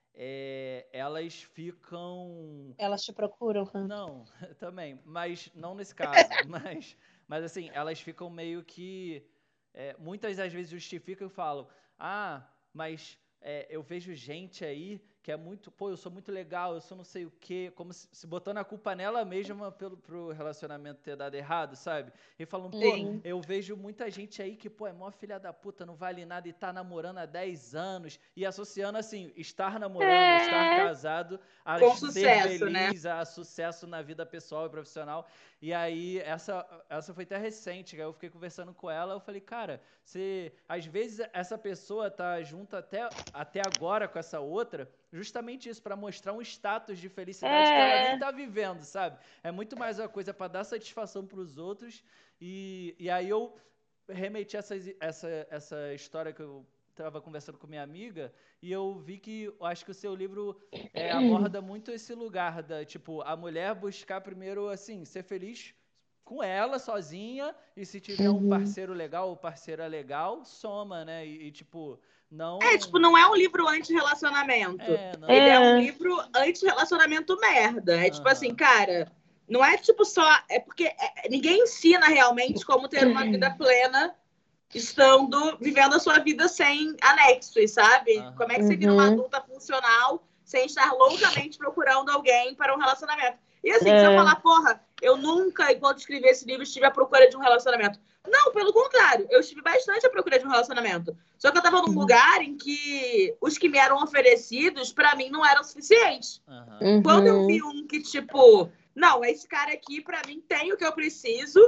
é, elas ficam... Elas te procuram. Hã? Não, também, mas não nesse caso. mas, mas assim, elas ficam meio que... é, muitas às vezes justificam e falam, ah, mas é, eu vejo gente aí que é muito, pô, eu sou muito legal, eu sou não sei o quê, como se, se botando a culpa nela mesma pelo, pro relacionamento ter dado errado, sabe? E falam, pô, Sim. eu vejo muita gente aí que, pô, é mó filha da puta, não vale nada e tá namorando há dez anos, e associando, assim, estar namorando, É. estar casado, a Com ser sucesso, né? feliz, a sucesso na vida pessoal e profissional. E aí, essa, essa foi até recente, que aí eu fiquei conversando com ela, eu falei, cara, você, às vezes essa pessoa tá junto até, até agora com essa outra, justamente isso, pra mostrar um status de felicidade que ela É. nem tá vivendo, sabe? É muito mais uma coisa pra dar satisfação pros outros. E, e aí eu remeti essa, essa, essa história que eu estava conversando com minha amiga e eu vi que eu acho que o seu livro é, aborda muito esse lugar da, tipo, a mulher buscar primeiro, assim, ser feliz com ela, sozinha, e se tiver um parceiro legal ou parceira legal, soma, né? E, e, tipo, não... É, tipo, não é um livro anti-relacionamento. É, não. Ele é um É. livro anti-relacionamento merda. É tipo Aham. assim, cara, não é tipo só. É porque é- ninguém ensina realmente como ter uma vida plena estando vivendo a sua vida sem anexos, sabe? Aham. Como é que você vira uma Uhum. adulta funcional sem estar loucamente procurando alguém para um relacionamento? E assim, se eu É. falar, porra, eu nunca, enquanto escrevi esse livro, estive à procura de um relacionamento. Não, pelo contrário, eu estive bastante à procura de um relacionamento. Só que eu tava num lugar em que os que me eram oferecidos, pra mim, não eram suficientes. Aham. Uhum. Quando eu vi um que, tipo, não, esse cara aqui, pra mim, tem o que eu preciso,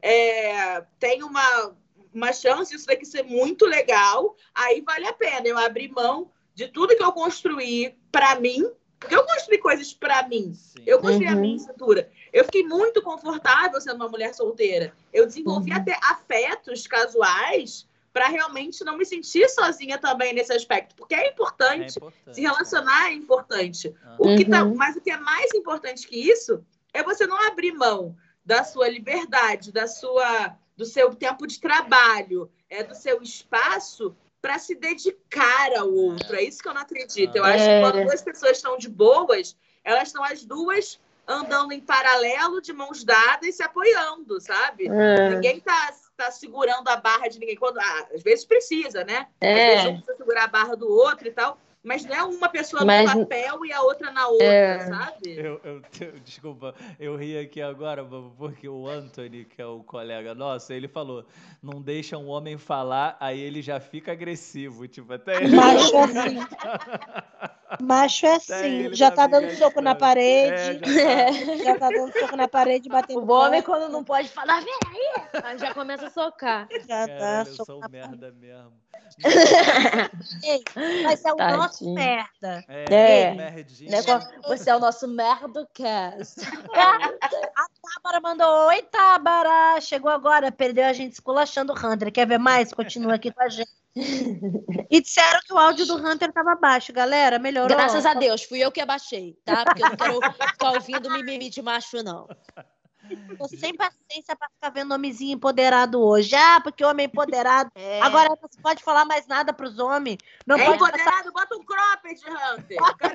é, tem uma, uma chance disso daqui ser muito legal, aí vale a pena eu abrir mão de tudo que eu construí pra mim, porque eu construí coisas pra mim. Sim. Eu construí a Uhum. minha estrutura. Eu fiquei muito confortável sendo uma mulher solteira. Eu desenvolvi Uhum. até afetos casuais para realmente não me sentir sozinha também nesse aspecto. Porque é É importante. importante. Se relacionar é importante. Aham. O que tá, Uhum. mas o que é mais importante que isso é você não abrir mão da sua liberdade, da sua, do seu tempo de trabalho, é, do seu espaço para se dedicar ao outro. É isso que eu não acredito. Eu acho que É. quando duas pessoas estão de boas, elas estão as duas andando em paralelo, de mãos dadas, se apoiando, sabe? É. Ninguém tá, tá segurando a barra de ninguém. Quando, ah, às vezes precisa, né? Às É. vezes um precisa segurar a barra do outro e tal. Mas não é uma pessoa Mas- no papel e a outra na outra, É. sabe? Eu, eu, eu- desculpa, eu ri aqui agora, Babu, porque o Anthony, que é o colega nosso, ele falou, não deixa um homem falar, aí ele já fica agressivo, tipo, até ele... Macho é assim. Macho é Até assim. ele Já tá tá me dando soco na gastando. parede. É, já tá. Já tá dando soco na parede, batendo O homem, palma. quando não pode falar, vem aí, aí já começa a socar. Já dá Caralho, eu soco sou na um merda mesmo. parede. Mas é o nosso Tadinho. merda. É, É. merdinha. Né, quando- Você é o nosso merdocast. Tábara mandou, oi, Tábara. Chegou agora, perdeu a gente esculachando o Hunter. Quer ver mais? Continua aqui com a gente. E disseram que o áudio do Hunter tava baixo, galera. Melhorou. Graças a Deus, fui eu que abaixei, tá? Porque eu não quero ficar ouvindo mimimi de macho, não. Tô sem paciência pra ficar vendo homenzinho empoderado hoje. Ah, porque homem empoderado. É. Agora não se pode falar mais nada pros homens. Não É pode passar. empoderado, bota um cropped, Hunter.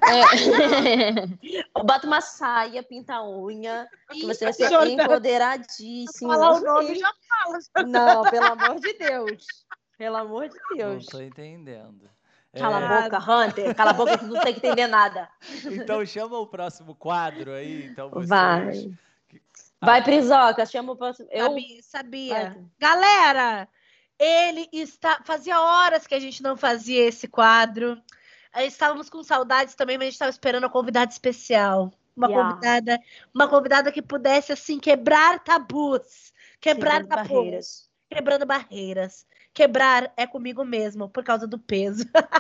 É. Bota uma saia, pinta a unha, que você vai ser Jordana. empoderadíssimo. Falar o nome já fala. Não, pelo amor de Deus. Pelo amor de Não Deus. tô entendendo. Cala É, a boca, Hunter. Cala a boca que tu não tem que entender nada. Então chama o próximo quadro aí, então vocês. Vai. Que- Vai, Ah, Prisoca, chama o próximo. Eu. Sabia, sabia. Vai. Galera, ele está. Fazia horas que a gente não fazia esse quadro. Aí estávamos com saudades também, mas a gente estava esperando uma convidada especial. Uma Yeah. convidada, uma convidada que pudesse assim quebrar tabus, quebrar Quebrando tabus, barreiras. quebrando barreiras. Quebrar é comigo mesmo, por causa do peso.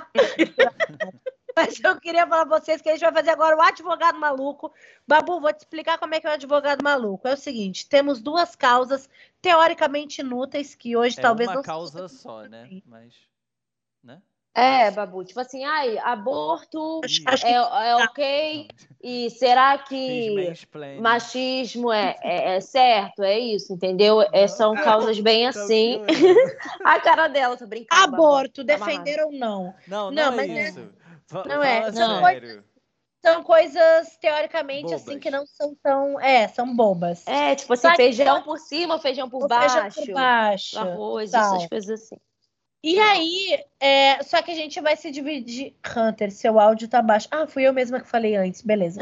Mas eu queria falar pra vocês que a gente vai fazer agora o advogado maluco. Babu, vou te explicar como é que é o advogado maluco. É o seguinte, temos duas causas teoricamente inúteis que hoje É talvez uma não causa só, né? Mas. Né? É, Babu, tipo assim, ai, aborto Acho, Ih. acho que é, é ok? E será Fiz que mansplaining. machismo é, é, é certo? É isso, entendeu? É, são Não, causas bem tá assim. piorando. A cara dela, tô brincando. Babu. aborto, Tá amarrado. defender ou não. Não, Não, não, é mas é- isso. Fa- não é, Fala são sério. São coisas teoricamente assim Bobas. que não são tão. É, são bobas. É, tipo assim, Só que- feijão por cima, feijão por Ou seja, baixo, por baixo. arroz, tal. essas coisas assim. E aí, é, só que a gente vai se dividir. Hunter, seu áudio tá baixo. Ah, fui eu mesma que falei antes, beleza.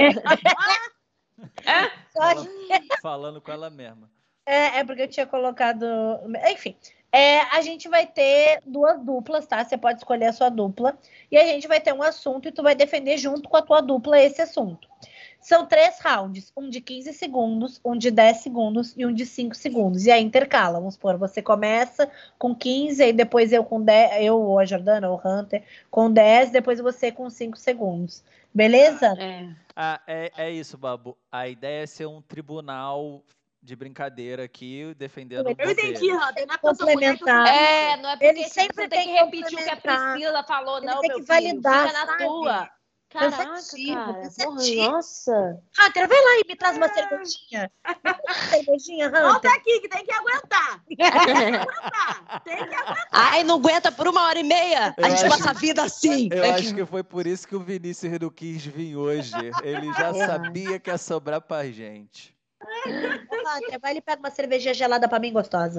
Só que- Fala- Falando com ela mesma. é, é porque eu tinha colocado. Enfim, é, a gente vai ter duas duplas, tá? Você pode escolher a sua dupla. E a gente vai ter um assunto e tu vai defender junto com a tua dupla esse assunto. São três rounds, um de quinze segundos, um de dez segundos e um de cinco segundos. E aí intercala, vamos supor, você começa com quinze, aí depois eu com dez, eu ou a Jordana ou o Hunter com dez, depois você com cinco segundos. Beleza? É. Ah, é, é isso, Babu. A ideia é ser um tribunal de brincadeira aqui, defendendo o Eu entendi, poder. Hunter. Não é porque eu sou mulher que eu sou Complementar. É, não é porque Ele tipo, sempre você tem que tem que repetir o que a complementar. Priscila falou, Ele não, tem meu que filho. validar, Fica na sabe? tua. Caraca, Cansativo, cara. Porra, cansativo. nossa. Hunter, vai lá e me traz uma cervejinha. Me traz uma cervejinha, Volta Hunter. aqui, que tem que aguentar. Tem que aguentar. Tem que aguentar. Ai, não aguenta por uma hora e meia. Eu a gente acho- passa a vida assim. Eu acho que foi por isso que o Vinícius não quis vir hoje. Ele já sabia que ia sobrar pra gente. Hunter, vai ali e pega uma cervejinha gelada pra mim, gostosa.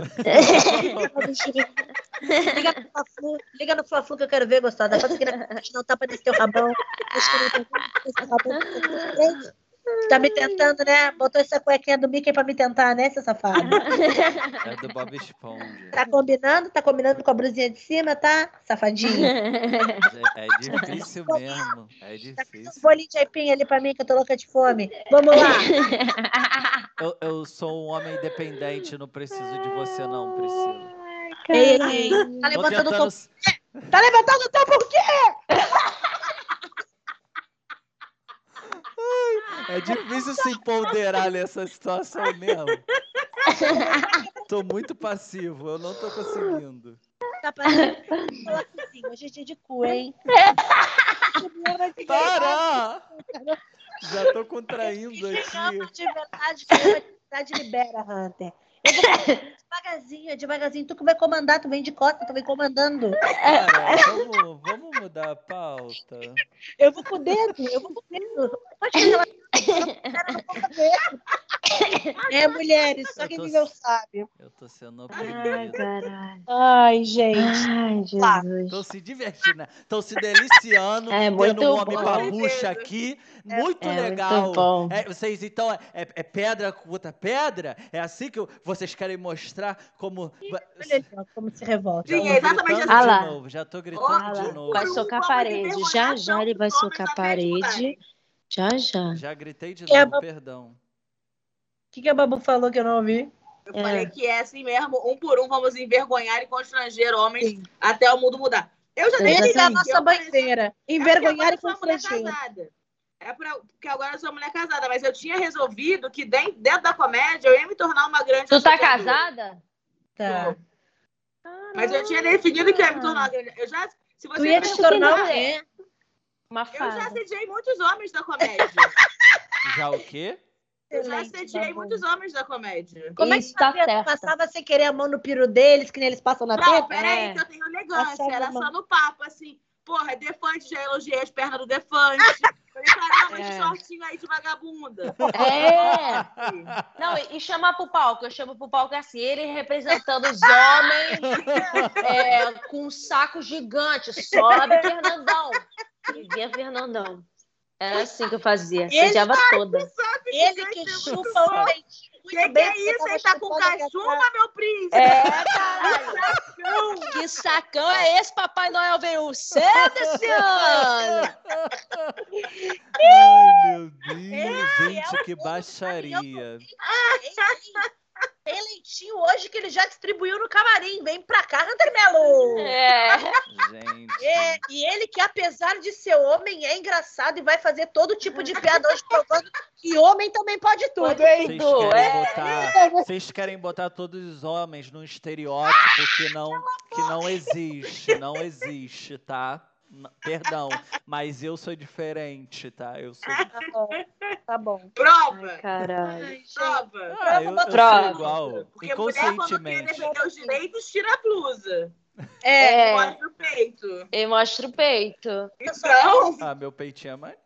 Liga no Fla-Flu, liga no Fla-Flu que eu quero ver, gostosa. Pode seguir na frente, não tapa nesse teu rabão. Acho que não tem como esse rabão. Tá me tentando, né? Botou essa cuequinha do Mickey pra me tentar, né, seu safado? É do Bob Esponja. Tá combinando? Tá combinando com a brusinha de cima, tá? Safadinho. É, é difícil mesmo. É Um difícil. bolinho de aipim ali pra mim, que eu tô louca de fome. Vamos lá. Eu, eu sou um homem independente, não preciso de você, não, Priscila. Ei, ei, ei. Tá Tô levantando o tentando. tom. Tá levantando o tom por quê? É difícil se empoderar nessa situação mesmo. Tô muito passivo, eu não tô conseguindo. Tá parecendo coloquezinho. Hoje é dia de cu, hein? Para! Já tô contraindo Chegando aqui. de verdade, que a verdade libera, Hunter. Eu vou devagarzinho, devagarzinho. Tu que vai comandar, tu vem de costa, tu vem comandando. Cara, vamos, vamos mudar a pauta. Eu vou com o dedo, eu vou com o dedo. pode ter relação. É, mulheres, só Eu quem tô- viveu sabe. Eu tô sendo Ai, oprimido. caralho. Ai, gente. Ai, Lá. Jesus. Tô se divertindo, né? Tô se deliciando, É tendo muito um homem bom. babucha aqui. Muito É legal. muito bom. É, vocês, então, é, é pedra contra pedra? É assim que eu- vocês querem mostrar como... Olha ali, ó, como se revolta. Já Sim, tô é exatamente gritando assim. de Ah lá. novo, já tô Ó, gritando Ah de lá, novo. vai por um, socar a vamos parede. envergonhar Já, a já ele tantos vai homens socar a até eles mudarem. parede. Já, já. Já gritei de É, novo, mas- perdão. O que, que a Babu falou que eu não ouvi? Eu É. falei que é assim mesmo, um por um, vamos envergonhar e constranger homens Sim. até o mundo mudar. Eu já Essa é a decidi nossa que eu pareço- bandeira. É Envergonhar e porque agora eu sou uma mulher constranger. casada. É pra... porque agora eu sou uma mulher casada, mas eu tinha resolvido que dentro, dentro da comédia eu ia me tornar uma grande Tu tá assediadora. casada? Tá. Mas eu tinha definido que eu ia me tornar uma grande... Eu já... Se você Tu ia me te que tornar não o quê? Uma Eu já fada. assediei muitos homens da comédia. Já o quê? Eu já Excelente, assediei Babu. muitos homens da comédia. Como é que Isso tá fazia? Tu certo. passava sem querer a mão no piro deles, que nem eles passam na Não, teta? peraí, É. que eu tenho elegância. Passava Era a mão. só no papo, assim. Porra, Defante, já elogiei as pernas do Defante. Falei, caramba, esse É. shortinho aí de vagabunda. É. Não, e, e chamar pro palco. Eu chamo pro palco assim, ele representando os homens é, com um saco gigante. Sobe, Fernandão. E vinha Fernandão. Era assim que eu fazia. Ele- Sediava toda. Ele que chupa o peitinho muito Que que bem. é isso? Ele tá com cachumba, meu príncipe? É, caralho. Que sacão é esse? Papai Noel veio cedo esse ano. Ai, meu Deus, É, gente, é que baixaria. Tem leitinho hoje que ele já distribuiu no camarim. Vem pra cá, Hunter Melo. É. Gente. É, e ele que, apesar de ser homem, é engraçado e vai fazer todo tipo de piada hoje, provando que homem também pode tudo, hein? Vocês Tudo, querem, é. botar, vocês querem botar todos os homens num estereótipo que não, que não existe, não existe, tá? N- Perdão, mas eu sou diferente, tá? Eu sou. Tá bom, tá bom. Prova. Ai, caralho. Ai, gente. Prova. Ah, eu, eu Prova. sou igual, Porque mulher, quando quer inconscientemente. defender os direitos, tira a blusa. É, É. Mostra o peito. E mostra o peito. Então, Ah, meu peitinho é maneiro.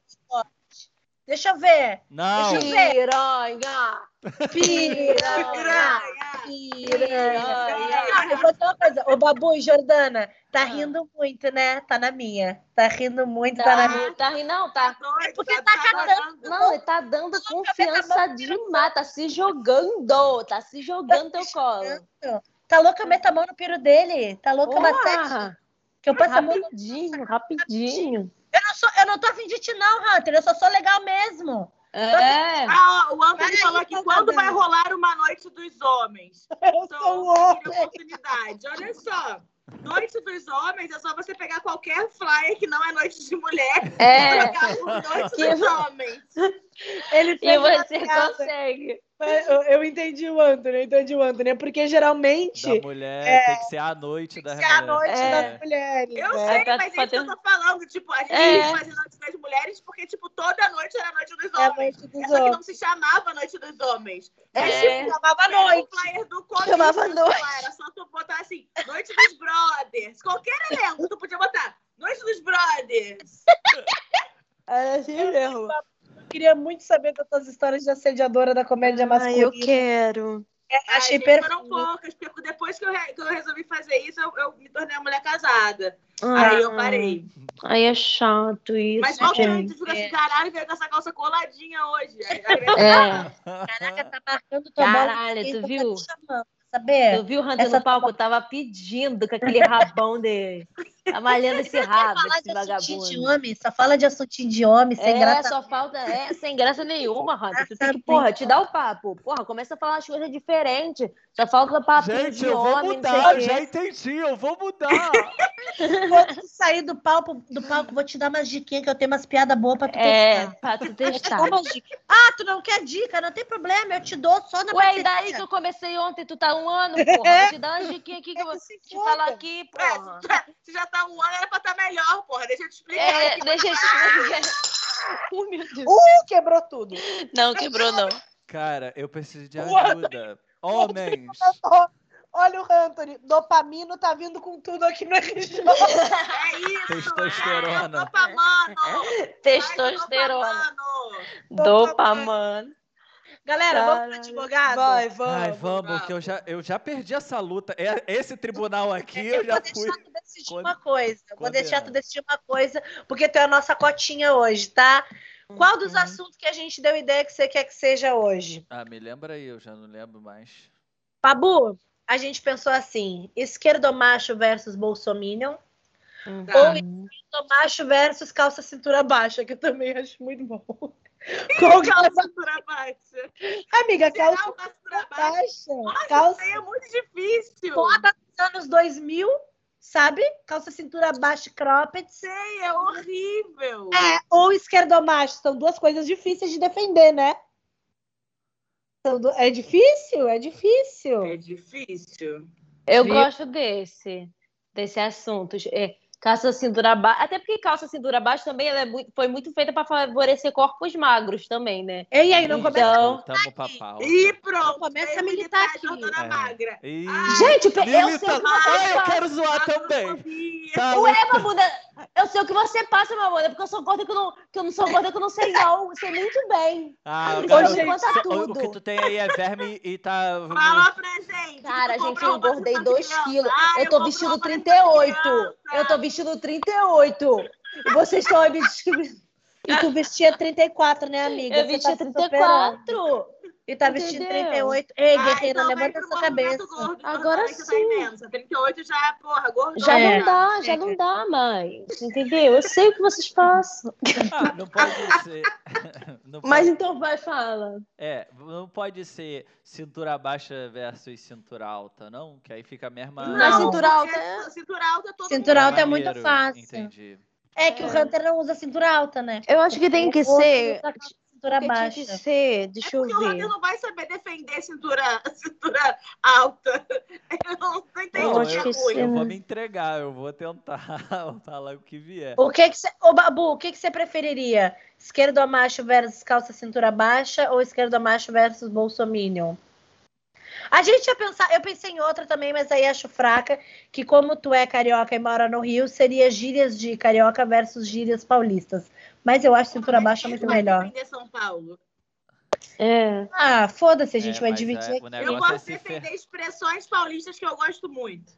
deixa eu ver. Não, Deixa eu ver. Piranha. Piranha. piranha. Piranha. Piranha. Ah, eu vou dizer uma coisa. Ô, Babu e Jordana, tá Ah. rindo muito, né? Tá na minha. Tá rindo muito, tá, na Tá, minha. tá rindo, não, tá. Doido, porque tá, tá tá catando. dando. Não, ele tá dando confiança demais, tá se jogando, tá se jogando no teu colo. Tá louca, meta a mão no piro dele. Tá louca bastante. Porra, Que eu passo a mão no... rapidinho, rapidinho. Eu não, sou, eu não tô afim de ti, não, Hunter. Eu só sou legal mesmo. É, Ah, ó, o Anthony Peraí, falou que tá quando dando. vai rolar uma noite dos homens. Eu Então, sou um eu queria homem. oportunidade. Olha só. Noite dos homens é só você pegar qualquer flyer que não é noite de mulher é. e trocar por noite Que- dos homens. Ele E fez uma você piada. consegue. Eu, eu entendi o Anthony, eu entendi o Anthony. É porque geralmente da mulher tem que ser a noite da é a mulher. noite É. das mulheres. Eu né? sei, Aí pra- mas é pra isso que eu ter- tô falando. Tipo, a gente É. ia fazer noite das mulheres porque, tipo, toda noite era noite dos É a homens. noite dos É só que homens. não se chamava noite dos homens. É. tipo, Chamava era noite. o flyer do começo. Chamava do noite. flyer, Era só tu botar assim, noite dos brothers. Qualquer elenco tu podia botar. Noite dos brothers. É assim mesmo. Eu queria muito saber das tuas histórias de assediadora da comédia Ai, masculina. eu quero. É, Ai, achei gente, perfeito. foram poucas, porque depois que eu, re- que eu resolvi fazer isso, eu, eu me tornei uma mulher casada. Ah, Aí eu parei. Aí é chato isso, Mas qualquer um gente. tu fica assim, caralho, veio com essa calça coladinha hoje. Aí- aí- É, Caraca, tá marcando tua bola. caralho, Quem tu tá viu? te chamando, saber? Tu viu o Hunter Essa no palco? Eu tava pedindo com aquele rabão dele. Tá malhando esse rabo, Falar esse de assuntinho de vagabundo. homem, só fala de assuntinho de homem, sem É, graça. só falta. É, sem graça nenhuma, Hunter. Tu tem que, Exatamente. porra, te dá o papo. Porra, começa a falar as coisas diferentes. Só falta papinho Gente, de eu vou homem, mudar, não sei o já quê. entendi, eu vou mudar. Quando tu sair do palco, do palco, vou te dar umas diquinhas que eu tenho umas piadas boas pra tu É, testar. pra tu Vou te dar testar. umas dicas. Ah, tu não quer dica? Não tem problema, eu te dou só na Ué, e parceria. daí que eu comecei ontem, tu tá um ano, porra. Vou te dar umas diquinhas aqui que eu vou Se te foda. falar aqui, porra. Se já tá um ano, era pra estar melhor, porra. Deixa eu te explicar. É, aqui. deixa eu te explicar. Oh, meu Deus. Uh, quebrou tudo. Não, quebrou não. Cara, eu preciso de O Anthony- ajuda. Homens, olha o Anthony. Dopamino tá vindo com tudo aqui no R J. É isso! Testosterona. É, dopamano! Testosterona. Dopamano! Dopamano. Galera, vamos pro Caralho. advogado? Vai, vamos. Ai, vamos, vamos. que eu já, eu já perdi essa luta. É- Esse tribunal aqui, eu Eu já vou fui. deixar tu decidir Quando- uma coisa. Eu Vou quando deixar é? tu decidir uma coisa, porque tu é a nossa cotinha hoje, tá? Qual dos Uhum. assuntos que a gente deu ideia que você quer que seja hoje? Ah, me lembra aí, eu já não lembro mais. Babu, a gente pensou assim: esquerdomacho versus bolsominion, Tá. Uhum. esquerdomacho versus calça cintura baixa, que eu também acho muito bom. Qual que é Calça a- cintura baixa. Amiga, Geral, calça calça cintura baixa. baixa. Nossa, Calça isso aí é muito difícil. moda dos anos dois mil, sabe? Calça cintura baixa, cropped. Sei, é horrível. É, ou esquerdomacho. São duas coisas difíceis de defender, né? São du- É difícil? É difícil. É difícil. Eu Viu? gosto desse, desse assunto. É, calça cintura baixa. Até porque calça cintura baixa também ela é muito, foi muito feita para favorecer corpos magros também, né? E aí, não começa Então- Voltamos pra pauta. E pronto. Começa veio a militar aqui. Jordana É. Magra. Ih, Gente, pe- eu sei o milita- que você Ah, eu faz. quero zoar também. Agrofobia. Tá, Ué, Mamuda, eu sei o que você passa, Mamuda, porque eu sou gorda que eu não, que eu não sou gorda que eu não sei não. Eu sei muito bem. Ah, Hoje garoto, conta só- tudo. o que tu tem aí é verme e tá... Fala pra gente. Cara, Tu gente, comprou eu roupa engordei de dois criança? quilos. Ah, Eu tô comprei vestindo roupa de trinta e oito. criança. Eu tô vestindo trinta e oito. E vocês estão aí me discriminando. E tu vestia trinta e quatro, né, amiga? Eu Você vestia tá se trinta e superando. quatro. E tá vestindo Entendeu? trinta e oito. Ei, Ah, guerreira, então vem levanta pro essa movimento cabeça. gordo, Agora Jordana, que tá sim. imensa. trinta e oito já, porra, gordo. Já É. não dá, já não dá mais. Entendeu? Eu sei o que vocês passam. Ah, não pode ser... não Mas pode- então vai, fala. É, não pode ser cintura baixa versus cintura alta, não? Que aí fica a mesma... Mas Não. cintura alta porque é... Cintura alta todo Cintura mundo. alta é muito Maneiro, fácil. Entendi. É que o Hunter não usa cintura alta, né? Eu acho que tem que O outro ser... usa cintura Porque tinha que baixa. ser... É Deixa eu porque o ver. Hunter não vai saber defender cintura, cintura alta. Eu não entendi Eu Não, o acho que é que ruim. sim. Eu vou me entregar, eu vou tentar falar o que vier. O que que você... Ô, Babu, o que que você preferiria? Esquerdo macho versus calça cintura baixa ou esquerdo macho versus bolsominion? A gente ia pensar, eu pensei em outra também, mas aí acho fraca, que como tu é carioca e mora no Rio, seria gírias de carioca versus gírias paulistas. Mas eu acho cintura Mas baixa quem muito vai melhor. defender São Paulo? É. Ah, foda-se, a gente É, vai mas dividir é- o aqui. Eu negócio é posso se defender fer... expressões paulistas que eu gosto muito.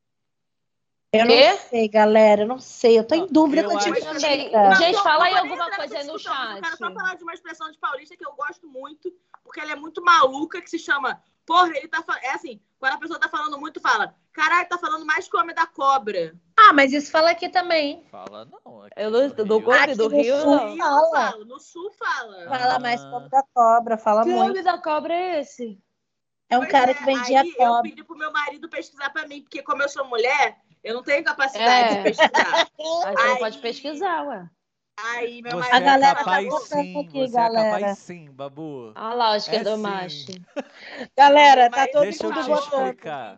Eu Quê? não sei, galera, eu não sei. Eu tô Não, em dúvida eu com acho- tipo Também. de dica. Gente, eu- fala eu aí vou nem alguma entrar coisa aí nessa no discussão, Eu quero chat. só falar de uma expressão de paulista que eu gosto muito, porque ela é muito maluca, que se chama... Porra, ele tá falando... É assim, quando a pessoa tá falando muito, fala... Caralho, tá falando mais que o homem da cobra. Ah, mas isso fala aqui também. Fala não. aqui Eu no não- do Rio- golpe Aqui do no Rio, sul. não. No Rio Fala. não fala, no sul fala. Fala Ah. mais como da cobra, fala Que muito. nome da cobra é esse? É um Pois cara é, que vendia aí eu cobra. pedi pro meu marido pesquisar pra mim, porque como eu sou mulher, eu não tenho capacidade É. de pesquisar. Aí você não Aí- pode pesquisar, ué. Aí meu Você marido A é galera tá capaz votando sim, aqui, você galera. é capaz sim, Babu. Ah lá, o esquerdo sim. macho. Galera, tá Mas todo Deixa eu mundo te votando. explicar.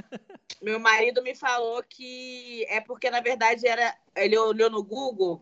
Meu marido me falou que é porque, na verdade, era, ele olhou no Google.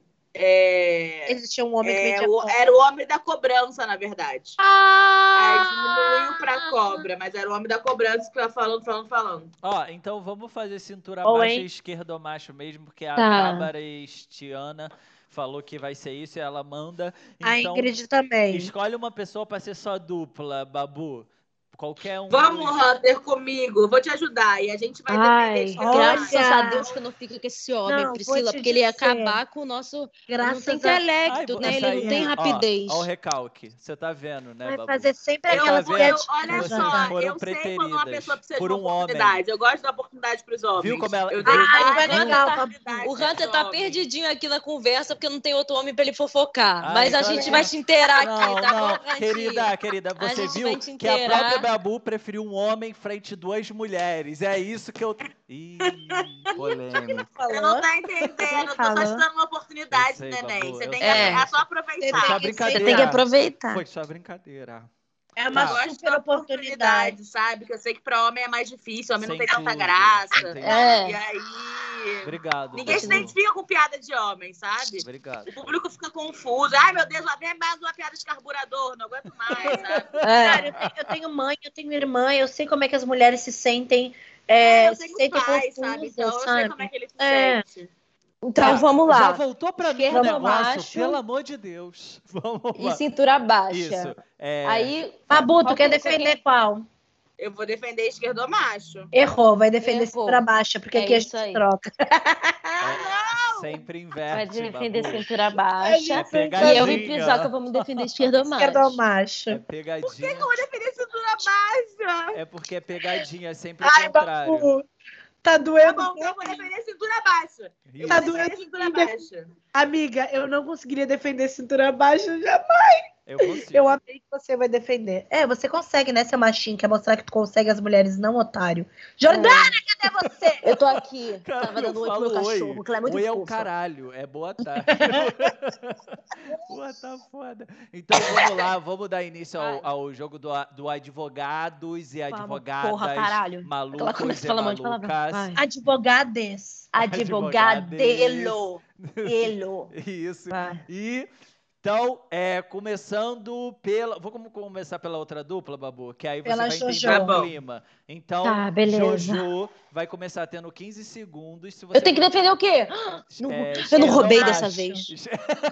É, Existia um homem que é, vendia o- cobra. era o homem da cobrança, na verdade. Aí diminuiu pra cobra, mas era o homem da cobrança que tava falando, falando, falando. Ó, então vamos fazer cintura Ou, baixa hein? e esquerdo macho mesmo, porque a Tá. Bárbara Estiana falou que vai ser isso e ela manda. A Então, Ingrid também. escolhe uma pessoa pra ser só dupla, Babu. Qualquer um. Vamos, dos- Hunter, comigo. Eu vou te ajudar. E a gente vai Ai, defender esse olha. graças cara. a Deus que eu não fico com esse homem, Não, Priscila, vou te porque ele ia dizer. acabar com o nosso... Ele não Graças tem a intelecto, Ai, né? essa Ele não aí, tem ó, rapidez. Ó, o recalque. Você tá vendo, né, Vai Babu? fazer sempre Eu, aquela tá eu- vendo? olha Vocês só, foram eu sei quando uma preteridas pessoa precisa por de uma um homem. oportunidade. Eu gosto da oportunidade pros homens. Viu como ela- Eu viu- dei Ah, várias vai legal, oportunidades O pros Hunter tá homens. perdidinho aqui na conversa porque não tem outro homem pra ele fofocar. Ai, Mas a claro gente que vai não. te inteirar Não, aqui, tá não, bom, Rantinho? querida, querida, A você gente viu vai te que a inteirar. própria Babu preferiu um homem frente a duas mulheres. É isso que eu. Ih, polêmica. Você não tá entendendo. Eu tô só Falou. te dando uma oportunidade, Eu sei, neném. Babu, Você eu tem sei. que É. é só Você aproveitar. tem Foi só que ser- brincadeira. Você tem que aproveitar. Foi só brincadeira. É uma Tá. Eu gosto super da oportunidade. sabe? Que eu sei que pra homem é mais difícil, homem não Sem tem tanta dúvida, graça. entendi. É. E aí Obrigado. Ninguém se Babu. identifica com piada de homem, sabe? Obrigado. O público fica confuso. Ai, meu Deus, lá vem mais uma piada de carburador. Não aguento mais, sabe? Cara, É. eu tenho, eu tenho mãe, eu tenho irmã, eu sei como é que as mulheres se sentem. É, É, eu se tenho sentem pai, confusas, sabe? Então eu sei sabe? como é que ele se É. sente. Então Já- vamos Já lá. voltou pra mim o Esquerda negócio, macho. pelo amor de Deus. Vamos E lá. cintura baixa. Isso. É... Aí. Babu, tu qual quer que- defender qual? Eu vou defender esquerdo macho. Errou, vai defender Errou. cintura baixa, porque É aqui a isso gente aí. troca. é- Sempre Vai inverte, defender Babu. cintura É baixa. pegadinha. E eu e Prisoca vamos defender esquerda Esquerdo macho. macho. É pegadinha. Por que, que eu vou defender cintura baixa? É porque é pegadinha, é sempre Ai, o contrário. Babu, tá Tá doendo. bom, então eu vou defender cintura baixa. Eu Isso. Tá vou defender doendo. cintura baixa. Amiga, eu não conseguiria defender cintura baixa jamais. Eu consigo. Eu amei que você vai defender. É, você consegue, né, seu machinho? Quer mostrar que tu consegue as mulheres, não otário. Jordana, cadê você? Eu tô aqui. Cara, Tava eu dando oi pro falo meu oi. cachorro, que ela é muito Oi é o fofa. caralho, é boa tarde. Boa, tá foda. Então vamos lá, vamos dar início ao, ao jogo do, do advogados e Vamos, advogadas porra, caralho. Ela malucos começa a e falar um monte de palavrão. malucas. Vai. Advogades. Advogadelo. Elo. Isso. Vai. E então, é, começando pela. Vamos começar pela outra dupla, Babu? Que aí você Pela vai entender Jojo. o Tá bom. clima. Então, Tá, beleza. Jojo vai começar tendo quinze segundos. Se você Eu tenho que defender o quê? Não- É, eu não esquerda roubei ou dessa macho? vez.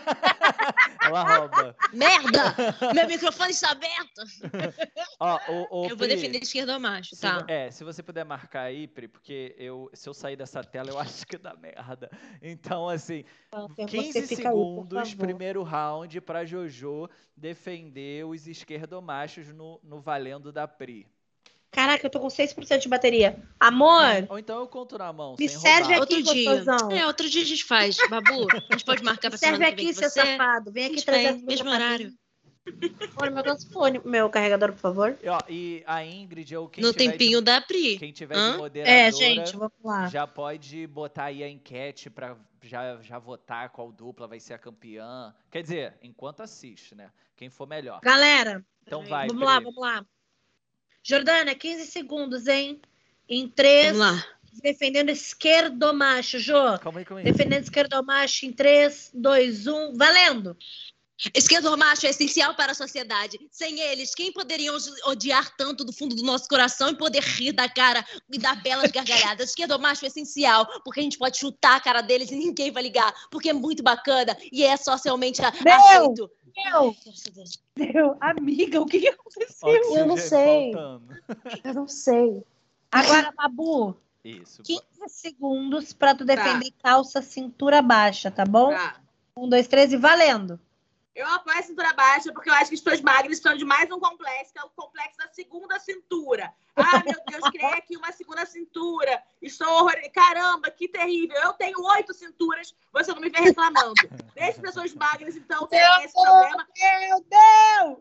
Ela rouba. Merda! Meu microfone está aberto. Ó, o, o Eu vou Pri, defender esquerda ou macho, se tá? vo- É, se você puder marcar aí, Pri, porque eu, se eu sair dessa tela, eu acho que dá merda. Então, assim, Você quinze fica aí, por segundos, favor. primeiro round, pra Jojo defender os esquerdomachos no, no valendo da Pri. Caraca, eu tô com seis por cento de bateria. Amor, Ou então eu conto na mão, me sem serve roubar. aqui, Outro dia. gostosão. É, outro dia a gente faz. Babu, a gente pode marcar Me pra serve semana que vem aqui, com seu você. safado. Vem A aqui gente trazer vem, as mesmo coisas pra horário. mim. Olha, meu telefone, meu carregador, por favor. E, ó, e a Ingrid, ou quem No tiver tempinho de, da Pri. quem tiver Hã? de moderadora, É, gente, vamos lá. já pode botar aí a enquete pra já, já votar qual dupla vai ser a campeã. Quer dizer, enquanto assiste, né? Quem for melhor. Galera, Então vai, vamos Pri. lá, vamos lá. Jordana, quinze segundos, hein? Em três, Vamos lá. defendendo esquerdo macho, Jô. Calma aí, calma aí. Defendendo esquerdo macho em três, dois, um, valendo! Esquerdo macho é essencial para a sociedade. Sem eles, quem poderiam odiar tanto do fundo do nosso coração e poder rir da cara e dar belas gargalhadas? Esquerdo macho é essencial, porque a gente pode chutar a cara deles e ninguém vai ligar, porque é muito bacana e é socialmente a- Meu! aceito. Meu, meu, amiga, o que, que aconteceu? Oxigênio Eu não sei. faltando. Eu não sei. Agora, Babu, Isso. quinze segundos pra tu defender calça cintura baixa, tá bom? Tá. Um, dois, três e valendo! Eu apoio a cintura baixa porque eu acho que as pessoas magras estão de mais um complexo, que é o complexo da segunda cintura. Ah, meu Deus, criei aqui uma segunda cintura. Estou horror... Caramba, que terrível. Eu tenho oito cinturas, você não me vê reclamando. Deixe pessoas magras, então, terem esse problema. Meu Deus!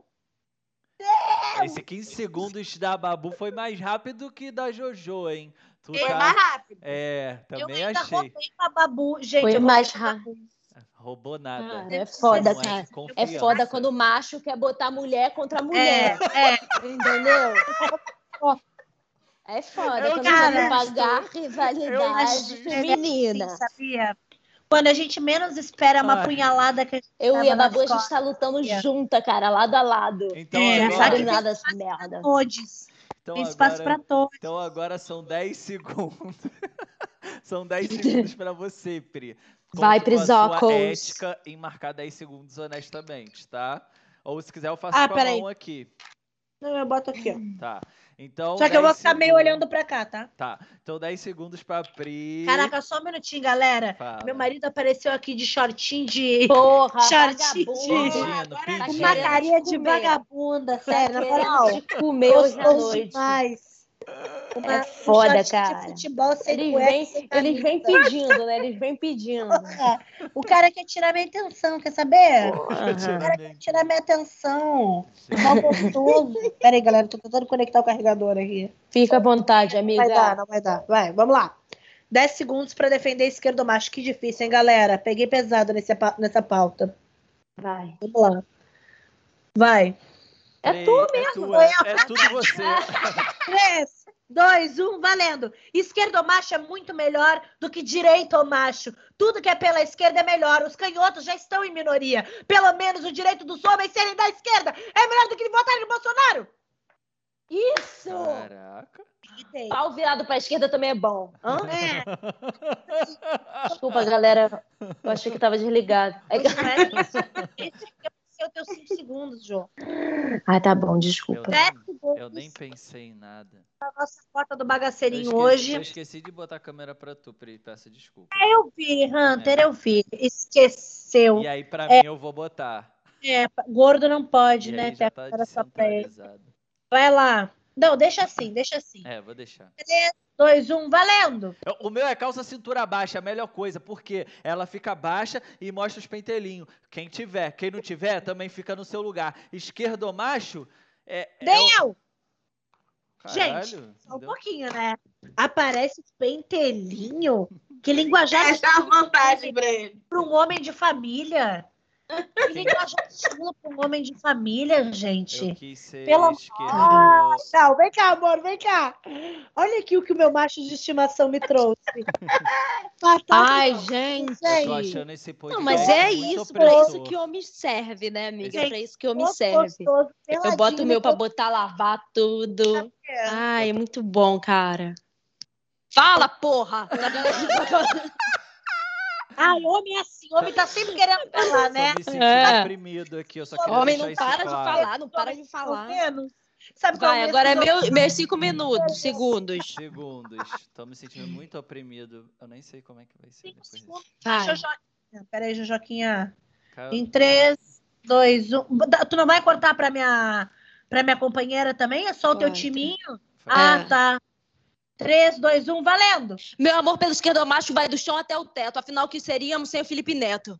Esse quinze segundos da Babu foi mais rápido que da Jojo, hein? Tu Foi tá- mais rápido. É, Eu também ainda achei. roubei pra Babu. Gente, Foi eu mais roubei pra rápido. Babu. Roubou nada. Cara, é foda, Não é cara. É confiança. foda quando o macho quer botar mulher contra a mulher. É, é. Entendeu? É foda Eu quando cara, você pagar eu rivalidade desisto. feminina. Sim, sabia? Quando a gente menos espera é uma Ai. punhalada que a gente Eu leva e a nas Babu, a gente costas. tá lutando É. junta, cara, lado a lado. Então É, Não agora, sabe nada dessa merda. Todos. então Tem espaço agora, pra todos. então agora são dez segundos. São dez segundos pra você, Pri. Vai, Conto com a sua Prisocos. ética em marcar dez segundos honestamente, tá? Ou se quiser eu faço Ah, com a peraí. mão aqui, Não, eu boto aqui, ó. tá? Então Só que eu vou dez ficar meio segundos- olhando pra cá, tá? Tá, então dez segundos pra Pri. Caraca, só um minutinho, galera. Fala. Meu marido apareceu aqui de shortinho de... Porra, Shortinho. vagabundo. Pedindo, Tá pedindo. Uma querendo carinha te de comer. vagabunda, Tá sério, na moral. querendo te comer hoje à Gostoso noite. demais. Uma- É um foda, shortinho cara. de futebol sem Eles cueca, vêm, sem eles vêm camisa. pedindo, né? Eles vêm pedindo. O cara quer tirar minha atenção, quer saber? O Porra. cara quer tirar minha atenção. Mal gostoso. Pera aí, galera, tô tentando conectar o carregador aqui. Fica à vontade, amiga. Vai dar, não vai dar. Vai, vamos lá. dez segundos pra defender esquerdo macho. Que difícil, hein, galera? Peguei pesado nesse, pa- nessa pauta. Vai. Vamos lá. Vai. É Pri, tu é mesmo. tua, é tudo você. três, dois, um, valendo. Esquerdomacho é muito melhor do que direitomacho. Tudo que é pela esquerda é melhor. Os canhotos já estão em minoria. Pelo menos o direito dos homens serem da esquerda é melhor do que votar no Bolsonaro. Isso! Caraca. Pau virado pra esquerda também é bom. Hã? É. Desculpa, galera. Eu achei que tava desligado. É que- Esse é o teu cinco segundos, João. Ah, tá bom, Eu desculpa. nem, Sete segundos. eu nem pensei em nada. A nossa porta do Eu bagaceirinho esqueci, hoje. eu esqueci de botar a câmera pra tu, Pri, peço desculpa. Eu vi, Hunter, É. eu vi. Esqueceu. E aí, pra É. mim, eu vou botar. É, gordo não pode, E né? aí já tá Era só pra ele. descentralizado. Vai lá. Não, deixa assim, deixa assim. É, vou deixar. três, dois, um, valendo! Eu- O meu é calça cintura baixa, a melhor coisa, porque ela fica baixa e mostra os pentelinhos. Quem tiver, quem não tiver, também fica no seu lugar. Esquerdo ou macho, é. é o- Deu! Caralho, Gente, só um deu- pouquinho, né? Aparece os pentelinho. Que linguajar Essa é a vantagem pra ele. para um homem de família. Que linguajar estimula para um homem de família, gente. eu quis ser Pelo- esquerdo. Ah, não, vem cá, amor, vem cá. Olha aqui o que o meu macho de estimação me trouxe. Batata. Ai, gente. Eu tô achando esse podcast Não, mas é muito isso, pra opressor. isso que homem serve, né, amiga? Gente, Pra isso que homem Gostoso, serve. Eu boto o peladinho, meu pra botar, lavar tudo. Ai, é muito bom, cara. Fala, porra! Ai, homem é assim, homem tá sempre querendo falar, Tô né? me sentindo É. oprimido aqui, eu só queria Homem deixar não isso para de claro. falar, não para de falar. Menos. Sabe qual Vai, é o agora é mesmo- meu, meus cinco minutos, segundos. Segundos. Tô me sentindo muito oprimido. Eu nem sei como é que vai ser Cinco depois disso. segundos. Vai. Jojoquinha. Peraí, Jojoquinha. Cara, Em três, dois, um. Tu não vai cortar pra minha, pra minha companheira também? É só o teu Corta. timinho? faz- Ah, É. tá. três, dois, um, valendo! Meu amor pelo esquerdomacho vai do chão até o teto. Afinal, o que seríamos sem o Felipe Neto?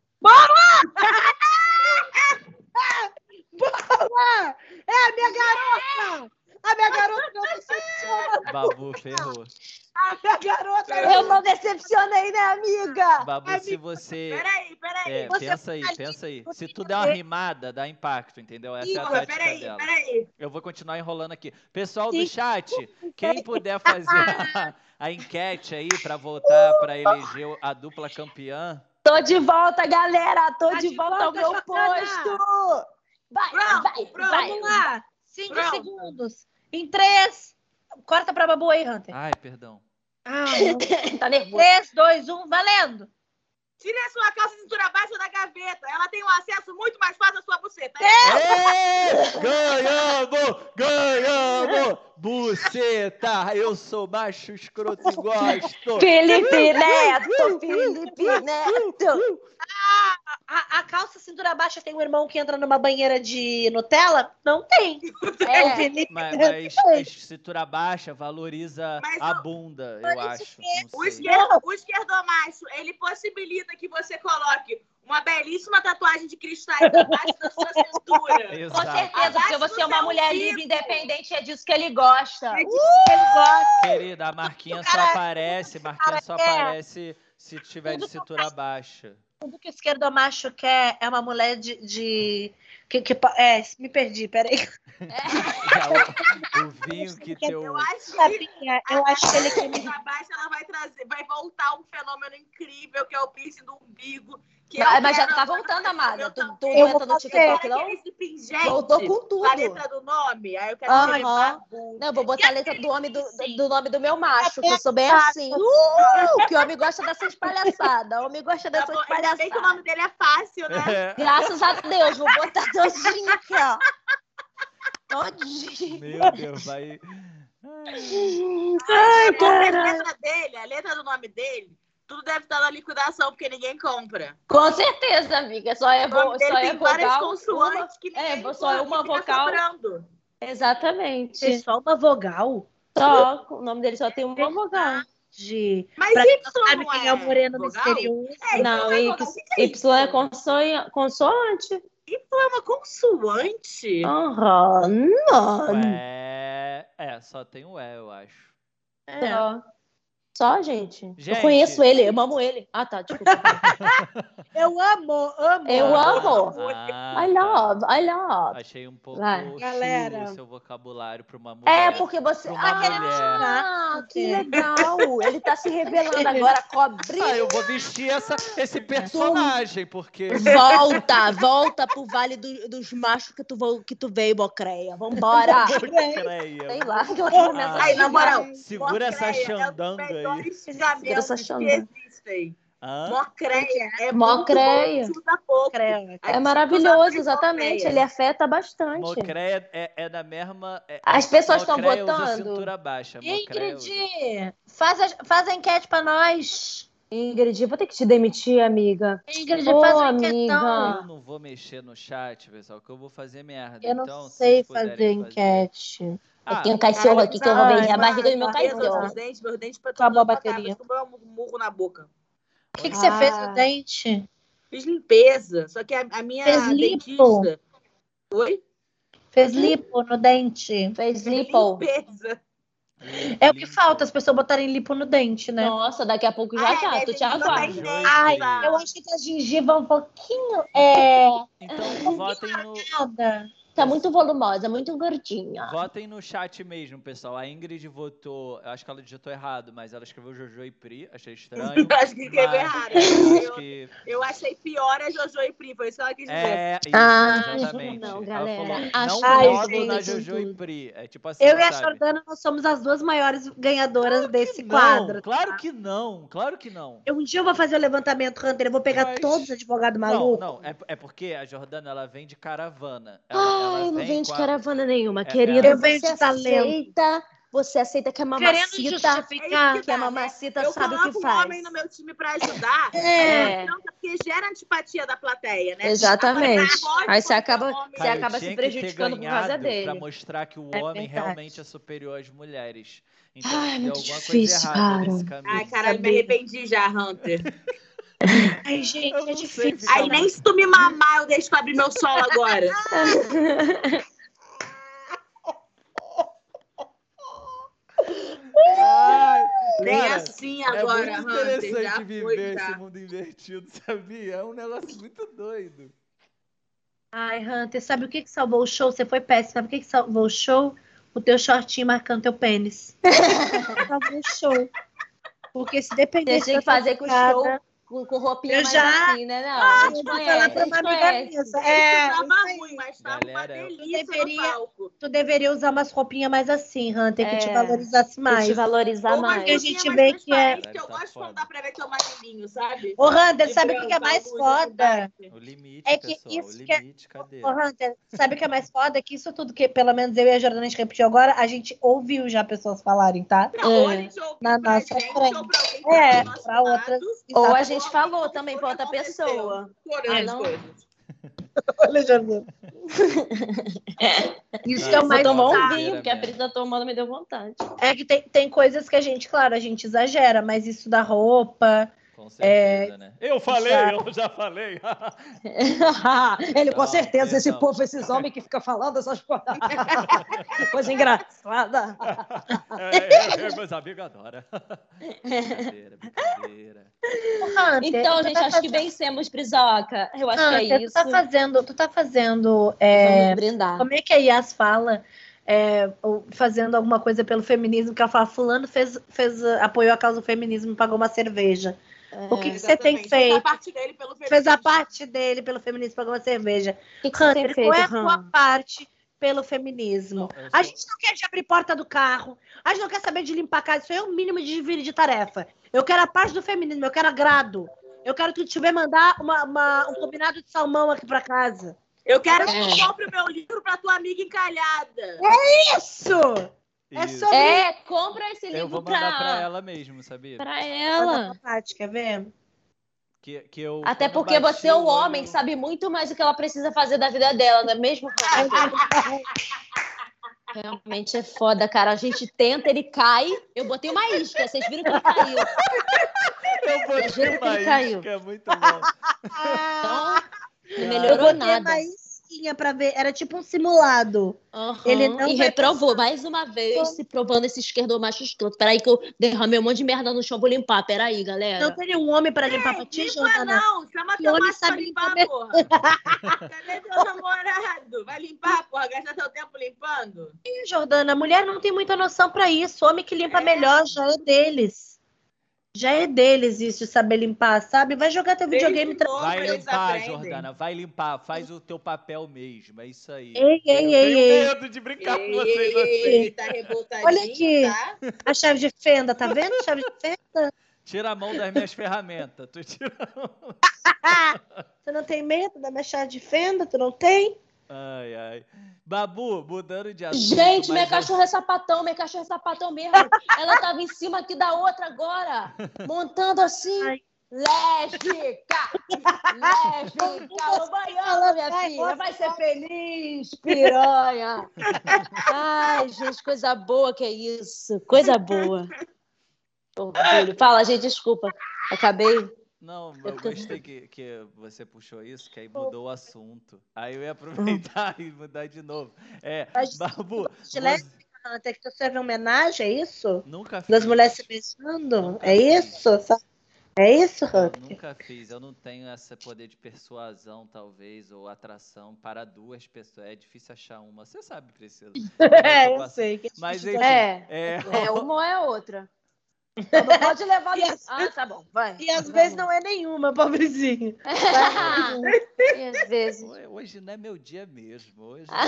Boa! É a minha garota! A minha garota não decepciona! Babu, ferrou. A minha garota! Eu não decepcionei, né, amiga? Babu, Amigo, se você. Peraí, peraí. É, você pensa aí, faz pensa aí. isso, Se você tu der uma vê. rimada, dá impacto, entendeu? Essa é a Porra, tática peraí, dela. peraí. Eu vou continuar enrolando aqui. Pessoal do Sim. chat, quem puder fazer a, a enquete aí pra votar pra eleger a dupla campeã. Tô de volta, galera. Tô Tá de de volta ao volta, meu Jacana. posto. Vai, Pronto, vai, pronto. vai. Vamos lá! Cinco Pronto. segundos. Em três. Corta pra Babu aí, Hunter. Ai, perdão. Ah, Tá nervoso. três, dois, um, valendo! Tire a sua calça de cintura baixa da gaveta. Ela tem um acesso muito mais fácil à sua buceta. Ê, ganhamos! Ganhamos! Buceta! Eu sou macho escroto e gosto! Felipe Neto, Felipe Neto. A, a calça cintura baixa tem um irmão que entra numa banheira de Nutella? Não tem. É, o É, Felipe. Mas, mas a cintura baixa valoriza Mas a o- bunda, mas eu isso acho. O, Não sei. esquerdo, o esquerdomacho, ele possibilita que você coloque uma belíssima tatuagem de cristais abaixo da sua cintura. Com Exato. certeza, porque você é uma mulher livre, independente, é disso que ele gosta. É disso que ele gosta. Querida, a marquinha só Cara, aparece, marquinha só cara quer. aparece se tiver de Tudo que eu cintura baixa. Tudo que o esquerdomacho quer é uma mulher de. de que, que, é, me perdi, peraí. Já o, o vinho que teu. Eu acho que Sabia, eu acho que ele a quer me. cintura baixa ela vai trazer, vai voltar um fenômeno incrível que é o piercing do umbigo. Que Mas, eu mas já quero tá agora voltando, fazer amada. meu Tu, tu também. Eu não vou entra no fazer. TikTok, não? Aquele pingente Voltou com com a tudo. letra do nome. Aí eu quero Aham. aquele babu. Não, eu vou botar a letra do, homem do, Sim. do nome do meu macho, que eu sou bem assim. Uh, que o homem gosta dessas palhaçadas. O homem gosta Tá dessas bom, ainda bem que o palhaçadas. nome dele é fácil, né? Graças a Deus, vou botar todinho aqui, ó. Todinho. Meu Deus, vai. Ai, A caralho. letra dele, a letra do nome dele, tudo deve estar na liquidação, porque ninguém compra. Com certeza, amiga. Só é, O nome vo, dele só é tem várias vogal. consoantes que é, ninguém só é compra, uma fica vocal. sobrando. Exatamente. É só uma vogal? Só, o nome dele só tem uma vogal. De. Mas Pra quem Y não sabe não quem é o moreno vogal? misterioso. É, então Não, é Y, vogal. O que que é Y é consoante. consoante. Y é uma consoante? Aham, não. Ué, é, só tem o E, eu acho. É. Só. Só, gente. Gente. Eu conheço ele, eu amo ele. Ah, tá, desculpa. Eu amo, amo. Eu amo. Ah, I tá. love, I love. Achei um pouco Vai. chulo Galera. o seu vocabulário pra uma mulher. É, porque você... Pra uma mulher. Ah, que É. legal. Ele tá se revelando agora, cobrinha. Ah, eu vou vestir essa, esse personagem, porque... Volta, volta pro Vale do- dos Machos que tu, vo- que tu veio, Mocreia. Vambora. Creia. Sei lá, que ela começa Ah, a Aí, na moral, segura essa Mocreia xandanga é um dos aí. melhores Segura xingamentos essa que xandanga. existem. Hã? Mocreia é Mocreia. muito bom, usa pouco. Creu. É maravilhoso, exatamente. Ele afeta bastante. Mocreia é, é da mesma... é- As pessoas estão Mocreia usa votando. cintura baixa. Mocreia usa- Ingrid, faz a, faz a enquete pra nós. Ingrid, vou ter que te demitir, amiga. Ingrid, Ô, faz a amiga. enquetão. Eu não vou mexer no chat, pessoal, que eu vou fazer merda. Eu não então, se sei vocês fazer puderem enquete. Eu Ah, tenho um cachorro aqui que eu vou ver a barriga do meu vai, cachorro. vai. Meus dentes, meus dentes pra Acabou a pra bateria. cara, um murro na boca. O que, que você Ah. fez no dente? Fiz limpeza, só que a, a minha Fez lipo? dentista... Oi? Fez lipo no dente? Fez Fiz lipo. limpeza. É o que falta, as pessoas botarem lipo no dente, né? Nossa, daqui a pouco já Ah, já. é, Tu te gente, não aguardo. tem Ai, dente. eu acho que a gengiva é um pouquinho é, Então, votem no, nada. Tá muito volumosa, muito gordinha. votem no chat mesmo, pessoal. A Ingrid votou... Eu acho que ela digitou errado, mas ela escreveu Jojo e Pri. Achei estranho. Acho que escreveu mas errado. eu acho Eu, que... eu achei pior a Jojo e Pri, foi isso que ela quis dizer. É, isso, Ah, exatamente. não, Ela galera. falou, Acho não Ai, voto gente, na isso Jojo e tudo. Pri. É tipo assim, Eu e a sabe? Jordana, nós somos as duas maiores ganhadoras desse Não, quadro. claro que não. Claro que não. Eu, um dia eu vou fazer o levantamento, Hunter, eu vou pegar Mas- todos os advogados Não, malucos. não. É, é porque a Jordana, ela vem de caravana. Ela, Ai, ela não vem vem de com a- caravana nenhuma, É, querida. Eu venho Você de talento. aceita, você aceita que a Querendo mamacita, justificar. que a mamacita Eu sabe o coloco que um faz. homem no meu time pra ajudar, É. então, porque gera antipatia da plateia, né? Exatamente. Agora, pode Aí você qualquer acaba- homem- você Cara, eu acaba se tinha que ter prejudicando por causa ganhado dele. Pra mostrar que o É homem verdade. realmente é superior às mulheres. Então, Ai, tem muito alguma difícil, coisa errada cara. nesse caminho. Ai, caralho, me arrependi já, Hunter. Ai, gente, Eu é não sei difícil. ficar Aí nem se tu me mamar, eu deixo tu abrir meu solo agora. Ai, Nem cara, assim é agora, muito Hunter. interessante Já viver foi, esse já. mundo invertido, sabia? É um negócio muito doido. Ai, Hunter, sabe o que que salvou o show? Você foi péssimo. Sabe o que que salvou o show? O teu shortinho marcando teu pênis. Salvou o show. Porque se Você dependesse tinha que da fazer com o tocada- show com, com roupinha Eu mais já- assim, né? Não, Ah, a eu gente vou conhece, falar a pra gente uma amiga conhece. minha. Isso É, tava isso aí. ruim, mas tava Galera, uma eu- delícia Tu deveria- no palco. Tu deveria usar umas roupinhas mais assim, Hunter, que te É, valorizasse Pra te mais. valorizar Ou umas mais. a gente roupinhas vê mais que é- transparentes, que eu Tá gosto foda. quando dá pra ver que é o marininho, sabe? Ô, Hunter, De sabe o que que é branco, mais a luz, foda? a O limite, É que pessoal, isso o que é- limite, cadê? Ô, Hunter, sabe o que é mais foda? Que isso tudo que, pelo menos eu e a Jordana a gente repetiu agora, a gente ouviu já pessoas falarem, tá? Não, ou a É. gente ouve Na pra nossa gente, frente. ou pra alguém que É, tá do nosso pra lado, outras. Ou a Exato. gente falou também pra outra pessoa. Foram Ah, as não? coisas. Olha, Jordana. Isso que é o Vou mais tomar um foda. vinho, porque a Mesmo. Pri tá tomando, me deu vontade. É que tem, tem coisas que a gente, claro, a gente exagera, mas isso da roupa. Com certeza, né? Eu falei, já- eu já falei. Ele com Não, certeza, esse perdão. povo, esses homens que ficam falando essas coisas. Coisa engraçada. é, é, é, meus amigos adoram. Brincadeira, brincadeira. Ô, Hunter, Então, tu gente, tá acho que fazendo- vencemos, Prisoca. Eu acho que Hunter, é tu isso. tá fazendo, tu tá fazendo. é, Vamos brindar. Como é que a Yas fala? É, ou fazendo alguma coisa pelo feminismo, que ela fala, fulano fez, fez, uh, apoiou a causa do feminismo, pagou uma cerveja. O que, que você tem Exatamente. Fez a feito? parte dele pelo Fez a feminismo. parte dele pelo feminismo, pagou uma cerveja. O que, que você tem Hunter, feito, qual é a Han? tua parte pelo feminismo? Não, eu A sou- gente não quer de abrir porta do carro, a gente não quer saber de limpar a casa, isso aí é o mínimo de divide de tarefa. Eu quero a parte do feminismo, eu quero agrado. Eu quero que tu tiver mandar uma, uma- um combinado de salmão aqui pra casa. Eu quero que É. tu compre o meu livro pra tua amiga encalhada. Isso! É Isso. sobre É, compra esse Eu livro vou pra... mandar pra ela mesmo, sabia? pra Manda ela. pra Paty, quer ver? Que, que eu, Até quando porque bati você é o olho- homem que sabe muito mais do que ela precisa fazer da vida dela, não é mesmo? Realmente é foda, cara. A gente tenta, ele cai. Eu botei uma isca, vocês viram que ele caiu. Eu botei Juro que uma ele caiu. isca, é muito bom. Então, não Eu melhorou botei nada. uma isquinha tinha pra ver, era tipo um simulado. Uhum. Ele não E vai reprovou passar. mais uma vez, se provando esse esquerdomacho escroto. Peraí que eu derramei um monte de merda no chão, vou limpar. Peraí, galera. Não teria um homem pra limpar pra ti, Limpa Jordana? não, chama Que teu homem macho pra sabe limpar, limpar porra. Cadê teu namorado? Vai limpar, porra, gastar teu tempo limpando? Ih, Jordana, a mulher não tem muita noção pra isso. Homem que limpa É. melhor já é deles. Já é deles isso de saber limpar, sabe? Vai jogar teu videogame. Desde novo Vai eles limpar, aprendem. Jordana, vai limpar, faz o teu papel mesmo, é isso aí. Ei, ei, Eu ei, tenho ei. medo de brincar com Ei, vocês ei, assim. ei, tá revoltadinho, Olha aqui. tá? A chave de fenda, tá vendo? Chave de fenda. Tira a mão das minhas ferramentas. Tu tira a mão. Você não tem medo da minha chave de fenda? Tu não tem? Ai, ai. Babu, mudando de assunto. Gente, minha mas eu- cachorra é sapatão, minha cachorra é sapatão mesmo. Ela tava em cima aqui da outra agora, montando assim. Ai. Lésbica! Lésbica! No banhando, minha Vai, filha. Vai ser vai. feliz, piranha. Ai, gente, coisa boa que é isso. Coisa boa. Orgulho. Fala, gente, desculpa. Acabei. Não, eu gostei que, que você puxou isso, que aí mudou o assunto. Aí eu ia aproveitar e mudar de novo. É, Mas- Babu, De você lésbica, Hunter, que tu serve homenagem, é isso? nunca fiz. Das mulheres se beijando? Nunca É fiz. isso? Sa- É isso, Eu Hunter? nunca fiz, eu não tenho esse poder de persuasão, talvez, ou atração para duas pessoas. É difícil achar uma. Você sabe, Priscila. É, eu sei. Que Mas difícil enfim, É, é, é uma ou é outra. Então não pode levar. E as- Ah, tá bom, vai. E às vezes não é nenhuma, pobrezinho. E às vezes. Hoje- hoje não é meu dia mesmo. Hoje, Ah,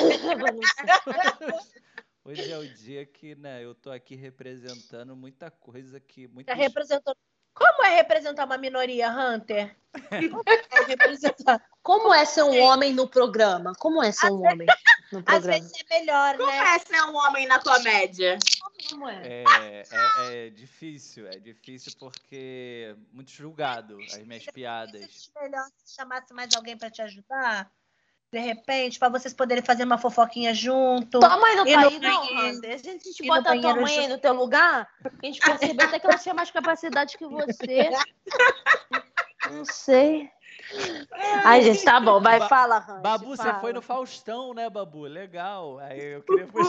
hoje é o dia que, né, eu tô aqui representando muita coisa que Tá muitas representando. Como é representar uma minoria, Hunter? Como é representar? Como é ser um homem no programa? Como é ser um homem no Às programa? vezes é melhor, Como né? é ser um homem na comédia? Como é? É, é, é difícil, é difícil porque muito julgado as minhas piadas. É melhor se chamasse mais alguém pra te ajudar? De repente, pra vocês poderem fazer uma fofoquinha junto. Tua mãe não E tá no aí, não, banheiro? Hunter? A gente te E no bota a tua banheiro mãe aí junto? no teu lugar, a gente percebeu até que ela tinha mais capacidade que você. Não sei. Ai, gente, tá bom, vai, Ba- fala, Hunter. Babu, você fala. foi no Faustão, né, Babu? Legal. Aí eu queria Fui.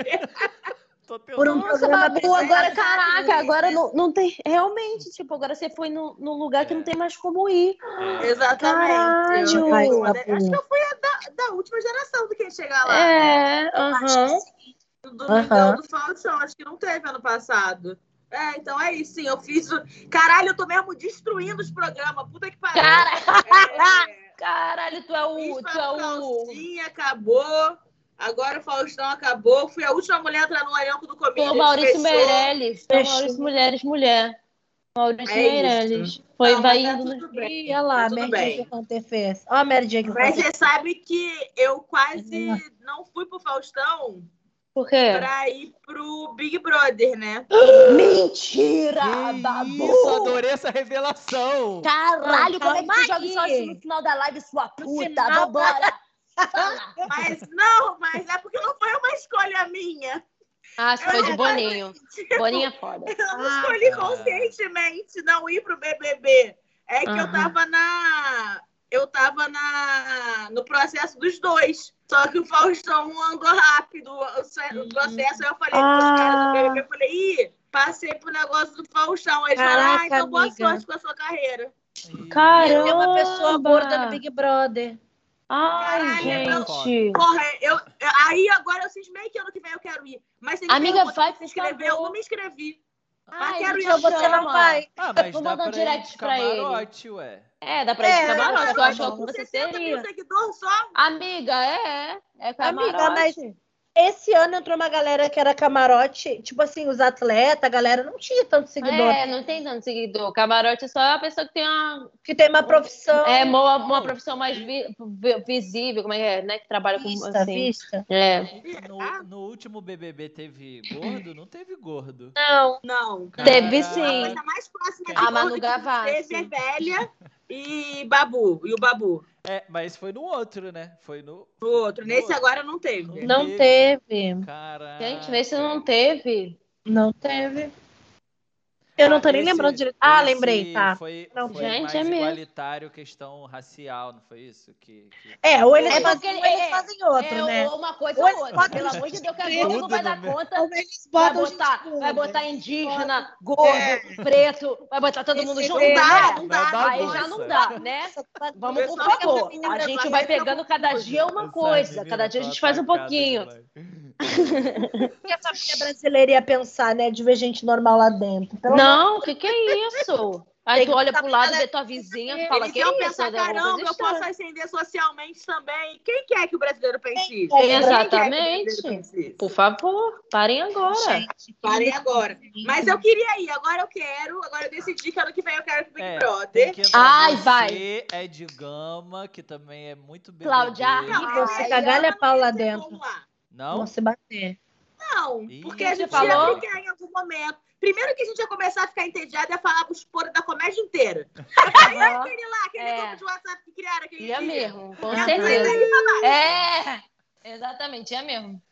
Tô tentando. Por um Nossa, programa Babu, bem agora, sério, caraca, né? agora não, não tem. Realmente, tipo, agora você foi no, num lugar que não tem mais como ir. É, Exatamente. Eu- Caralho. eu- eu- Ai, acho que eu fui a da, da última geração do que chegar lá. É, aham. Do Domingão Aham. do Faustão, acho que não teve ano passado. É, então é isso, sim. Eu fiz o. Caralho, eu tô mesmo destruindo os programas. Puta que pariu. Cara, É, caralho, tu é fiz o. Tu pra é o. calcinha, acabou. Agora o Faustão acabou. Fui a última mulher a entrar no elenco do Tu é Comedians. o Maurício Fechou. Meirelles. Tu é o Fechou. Maurício Mulheres Mulher. Maurício É isso. Meirelles. Foi, Não, vai mas tá indo. tudo bem. Ih, olha lá, Tá a tudo merdinha bem. que o Hunter fez. Olha a merdinha que o Mas Hunter você sabe que eu quase não fui pro Faustão Por quê? pra ir pro Big Brother, né? Mentira, Que Babu! isso, adorei essa revelação. Caralho, como é que tu Calma joga aí. só isso no final da live, sua puta? final Vambora! Fala. Mas não, mas é porque não foi uma escolha minha. Ah, você foi de Boninho. Boninho é foda. Eu não Ah, escolhi tá. conscientemente não ir pro B B B. É que eu Aham. tava na. Eu tava na, no processo dos dois. Só que o Faustão andou rápido o, ce- o processo. Aí eu falei com os caras do B B B, eu falei, ih, passei pro negócio do Faustão. Aí eles falaram, ah, Caraca, então boa amiga. sorte com a sua carreira. Caramba! é uma pessoa gorda no Big Brother. Ai, Caralho, gente. Porra, eu, aí agora eu cismei que ano que vem eu quero ir. Mas tem que Amiga, perguntar vai, se por inscrever. Eu favor. não me inscrevi. Ai, quero ir, então Então você não chama. vai. Ah, mas Vou dá mandar um pra ir direct de pra ele. camarote, ué. É, dá pra ir de É, camarote, que eu acho que é o que com você sessenta mil seria. seguidores só. Amiga, é. É camarote. Amiga, mas esse ano entrou uma galera que era camarote, tipo assim, os atletas, a galera não tinha tanto seguidor. É, não tem tanto seguidor. Camarote é só a pessoa que tem uma, Que tem uma profissão. é, uma, uma profissão mais vi- vi- visível, como é que é, né? Que trabalha com vista, assim. vista. É. No, no último B B B teve gordo? Não teve gordo. Não. Não. Teve Caraca. sim. A coisa mais próxima de A gordo Manu que Gavassi. teve é velha e Babu. E o Babu. É, mas foi no outro, né? Foi no. O outro. Nesse agora não teve. Não teve. Caraca. Gente, nesse não teve. Não teve. Eu não tô Ah, nem esse- lembrando direito. Ah, esse lembrei, tá. Foi, Não, foi gente, mais é mesmo. igualitário, questão racial, não foi isso? Que, que- É, ou eles É fazem porque um, eles é- fazem outro, É né? ou uma coisa Ou ou eles outra. botam Pelo gente amor de Deus, que a preta, Globo não vai tudo dar no mesmo. conta. Ou eles Vai botam gente botar, gorda. vai botar indígena, Botam- gordo, É. preto, vai botar todo mundo Esse junto. Não dá, né? não dá. Vai Aí já bagunça. não dá, né? Vamos, por pessoal favor. fica A assim, gente né? vai Aí fica pegando cada confuso. dia uma Essa coisa. menina Cada dia a tá gente faz um atacada pouquinho. demais. O que a família brasileira ia pensar, né? De ver gente normal lá dentro. Pelo Não, o que, que é isso? Aí Tem tu que olha botar pro lado, pra vê tua vizinha e fala Eles que iam é isso? pensar, É alguma caramba, coisa eu posso estranha. ascender socialmente também. Quem quer que o brasileiro pense isso? Quem Quem quer que o Exatamente. brasileiro pense isso? Por favor, parem agora. gente, Parem agora. Mas eu queria ir, agora eu quero, agora eu decidi que ano que vem eu quero ir pro Big É, Brother. tem que entrar Ai, você, vai. é de Gama, que também é muito bebê. Cláudia, E você Ai, cagalha Ana pau não lá ia ser dentro. bom lá. Não? Não se bater. Não, Ih, porque a você gente ia falou? brigar em algum momento. Primeiro que a gente ia começar a ficar entediado e ia falar os poros da comédia inteira. Aí Aham. aquele lá, aquele É. grupo de WhatsApp que criaram aquele Ia dia. mesmo, com Aham. certeza. Aí, babá, É, exatamente, ia mesmo.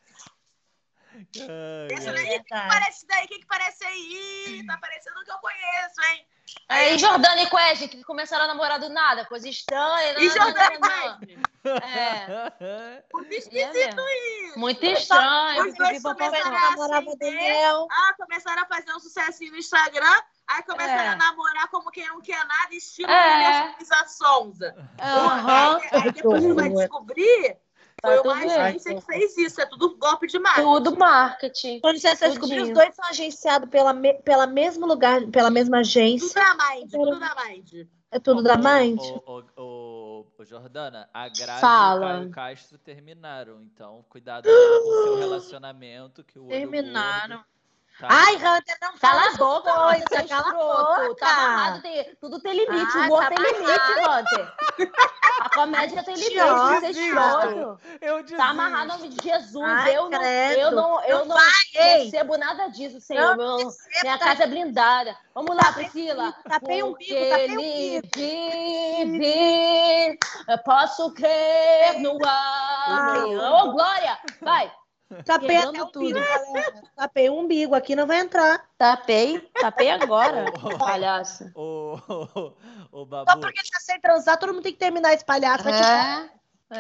Ai, esse ai. daí, que Verdade. parece daí, quem que parece aí? Tá parecendo que eu conheço, hein? Aí, Jordana e Quest, que começaram a namorar do nada, coisa estranha. E não, não, Jordana não, não. Wesley? É, Muito ia esquisito mesmo. isso. Muito estranho. Os dois pipipopopó. começaram a namorava do acender. Daniel. Ah, começaram a fazer um sucessinho no Instagram. Aí começaram É. a namorar como quem não quer nada, estilo É. Luísa Sonza. Aham. Aí, aí depois tu vai descobrir, Tá foi tudo uma bem. agência que fez isso. É tudo golpe de marketing. Tudo marketing. Quando você descobrir, os Tudinho. dois são agenciados pela, me- pela mesmo lugar, pela mesma Tudo agência. da Mind, tudo da Mind. É tudo da Mind. Ô, ô, ô, ô, ô, Jordana, a Grazi Fala. e o Caio Castro terminaram. Então, cuidado aí com o seu relacionamento, que o olho Terminaram. gordo tá- Ai, Hunter, não Cala fala a boca, essas Hunter, coisas, seu cala a escroto. boca. Tá amarrado, tem, tudo tem limite. Ai, o humor tá tem limite, Hunter. A comédia tem limite, Idiota. você é escroto. Eu desisto. Tá amarrado em nome de Jesus. Ai, eu, não, credo. eu não, eu Não não ei. recebo nada disso, Senhor. Não Meu- receba. minha casa é blindada. Vamos lá, Tapei Priscila. o bico, tapei o Porque bico, tapei o ele bico. vive, eu posso crer no amém. Ô, Glória, vai. Tapei Quebrando até o tudo. umbigo, galera. Tapei o umbigo, aqui não vai entrar. Tapei, tapei agora, Ô, ô, palhaça. Ô, ô, ô, Babu. Só porque tá sem transar, todo mundo tem que terminar esse palhaço. Vai te É,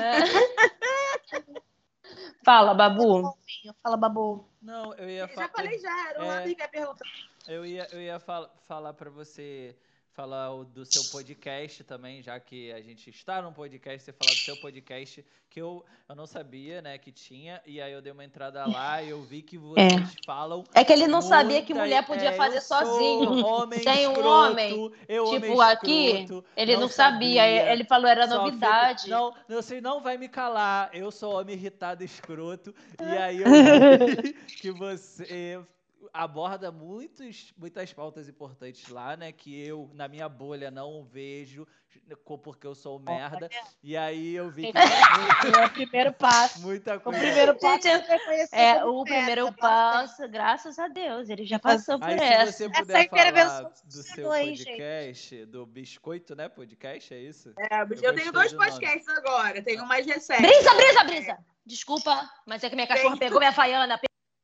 é. Fala, Babu. dar. Fala, babu. Não, eu ia Já falar. falei já, era o É. amigo que ia perguntar. Eu ia, eu ia fal falar para você falar o- do seu podcast também, já que a gente está num podcast, você falar do seu podcast, que eu, eu não sabia, né, que tinha, e aí eu dei uma entrada lá e eu vi que vocês falam. É que ele não sabia que muita- mulher podia é, fazer eu sou sozinho. Homem Tem um escroto, homem, eu Tipo, homem aqui, escroto, ele não, sabia. Ele falou, era Só novidade. fico- não, você não vai me calar. Eu sou homem irritado, escroto. E aí eu vi que você aborda muitos, muitas pautas importantes lá, né? Que eu, na minha bolha, não vejo, co- porque eu sou merda. E aí eu vi que É o primeiro passo. muita O coisa. primeiro passo Gente, é reconhecer É, como o merda, primeiro parabéns. passo, graças a Deus, ele já passou por Aí, se essa. você Essa puder intervenção falar do seu funcionou, hein, gente? podcast, do Biscoito, né? Podcast, é isso? É, eu gostei tenho dois do nome. podcasts agora, tenho um mais recente. Brisa, brisa, brisa! Desculpa, mas é que minha cachorra Bem- pegou minha faiana.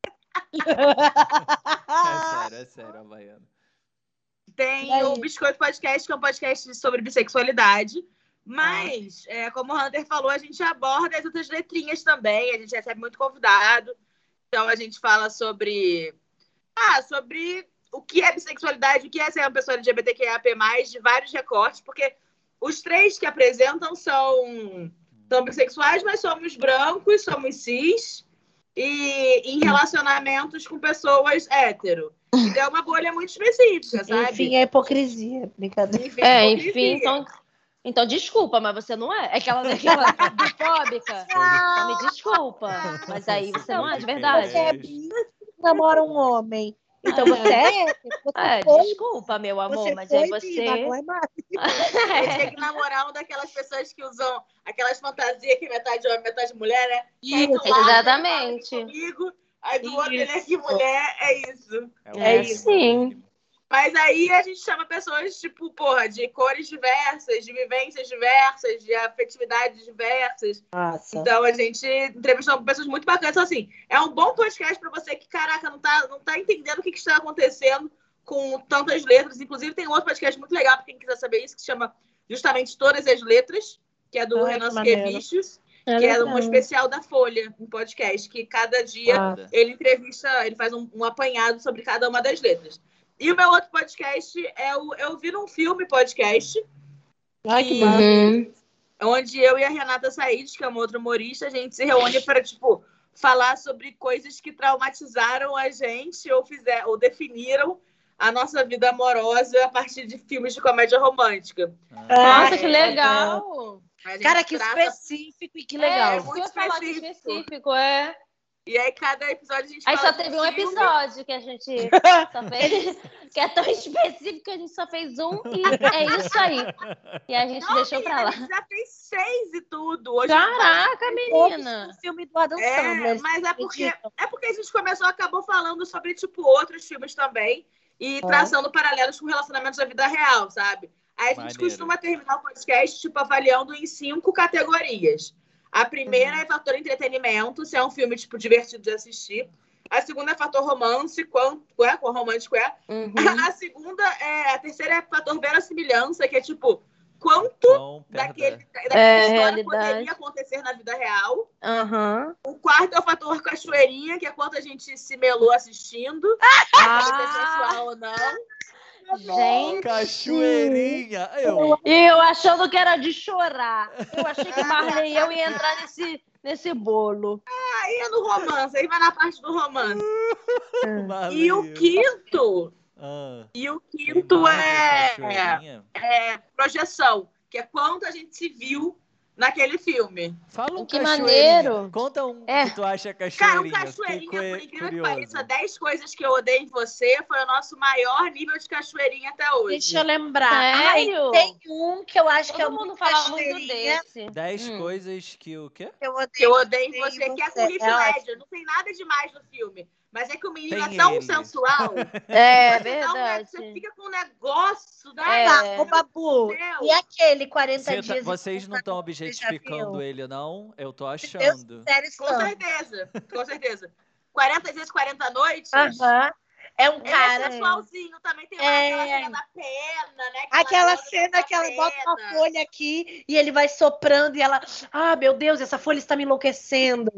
É sério, é sério, Havaiana. Tem E aí? o Biscoito Podcast, que é um podcast sobre bissexualidade. Mas, é, como o Hunter falou, a gente aborda as outras letrinhas também. A gente recebe muito convidado. Então, a gente fala sobre... Ah, sobre o que é bissexualidade, o que é ser uma pessoa L G B T Q I A P mais, de vários recortes. Porque os três que apresentam são, são bissexuais, mas somos brancos, somos cis. E em relacionamentos com pessoas hétero. Então, é uma bolha muito específica, sabe? Enfim, é hipocrisia. Brincadeira. Enfim, É, hipocrisia. enfim, então, então desculpa, mas você não é. É aquela daquela bifóbica. Então me desculpa. Mas aí você não é de verdade. Você é bi, namora um homem. Então você é hétero. Você É, foi, desculpa, meu amor, você mas foi aí bi, você. mas não é mais. Eu tinha que namorar uma daquelas pessoas que usam aquelas fantasias que metade homem, metade mulher, né? Aí do lado, Exatamente. ele fala comigo, aí do outro ele é Isso. que mulher, é isso. É isso. sim. Mas aí a gente chama pessoas, tipo, porra, de cores diversas, de vivências diversas, de afetividades diversas. Nossa. Então a gente entrevistou pessoas muito bacanas. Então, assim, é um bom podcast pra você que, caraca, não tá, não tá entendendo o que, que está acontecendo com tantas letras. Inclusive, tem um outro podcast muito legal para quem quiser saber isso, que se chama justamente Todas as Letras, que é do Ai, Renan que maneiro. Siquevicius, É que é legal. um especial da Folha, um podcast, que cada dia Ah. ele entrevista, ele faz um, um apanhado sobre cada uma das letras. E o meu outro podcast é o Eu Vi Num Filme podcast, Ai, que que- massa. Uhum. onde eu e a Renata Said, que é uma outra humorista, a gente se reúne para, tipo, falar sobre coisas que traumatizaram a gente ou, fizer, ou definiram a nossa vida amorosa a partir de filmes de comédia romântica. Ah, Nossa, que é, legal! A gente Cara, que trata- específico e que É, legal. isso que eu ia falar que específico. específico, é. E aí, cada episódio a gente Aí fala só de teve um filme. episódio que a gente só fez, que é tão específico que a gente só fez um e é isso aí. E a gente Não, deixou menina, pra lá. a gente já fez seis e tudo. Hoje Caraca, menina! Todos o filme do Adam É, Sandler. mas é porque, acreditam? é porque a gente começou, acabou falando sobre, tipo, outros filmes também e traçando paralelos com relacionamentos da vida real, sabe? Aí a gente Maneiro. costuma terminar o podcast, tipo, avaliando em cinco categorias. A primeira é fator entretenimento, se é um filme, tipo, divertido de assistir. A segunda é fator romance, quanto é, quão romântico é. Uhum. A segunda é, a terceira é fator verossimilhança, que é, tipo, quanto Quão perto daquele, é? daquela É, história realidade. poderia acontecer na vida real. Aham. O quarto é o fator cachoeirinha, que é quanto a gente se melou assistindo. Se é Ah, sensual ou não. gente. Cachoeirinha! Eu. E eu achando que era de chorar. Eu achei que Marley e eu ia entrar nesse, nesse bolo. Aí é no romance, aí vai na parte do romance. E o Valeu. quinto, Ah, e o tem quinto mais é, cachoeirinha? é projeção, que é quanto a gente se viu naquele filme. Fala um Que cachoeirinha. maneiro. Conta um É. que tu acha Cara, cachoeirinha. um cachoeirinha, Fiquei por cu- incrível que curioso. pareça, dez coisas que eu odeio em você foi o nosso maior nível de cachoeirinha até hoje. Deixa eu lembrar. Ai, Sério? tem um que eu acho que é Todo o mundo muito fala muito cachoeirinha, desse. Dez Hum. coisas que o quê? que eu odeio. Que eu odeio em Tem você, que é com você, o Heath é ótimo. Ledger. Não tem nada demais no filme. Mas é que o menino Tem é tão ele. sensual. É você dá um- verdade. Você fica com um negócio, né? É. Tá, ô Babu, Meu Deus. e aquele quarenta Você tá- dias... e vocês não estão quarenta você já objetificando viu? ele, não? Eu tô Deus achando. sério, Com estamos. certeza. Com certeza. quarenta dias, quarenta noites. Aham. É um Ele é cara... sensualzinho. Também tem lá É. aquela cena da pena, né? Aquela gosta cena da que ela bota uma pena. folha aqui e ele vai soprando e ela... Ah, meu Deus, essa folha está me enlouquecendo.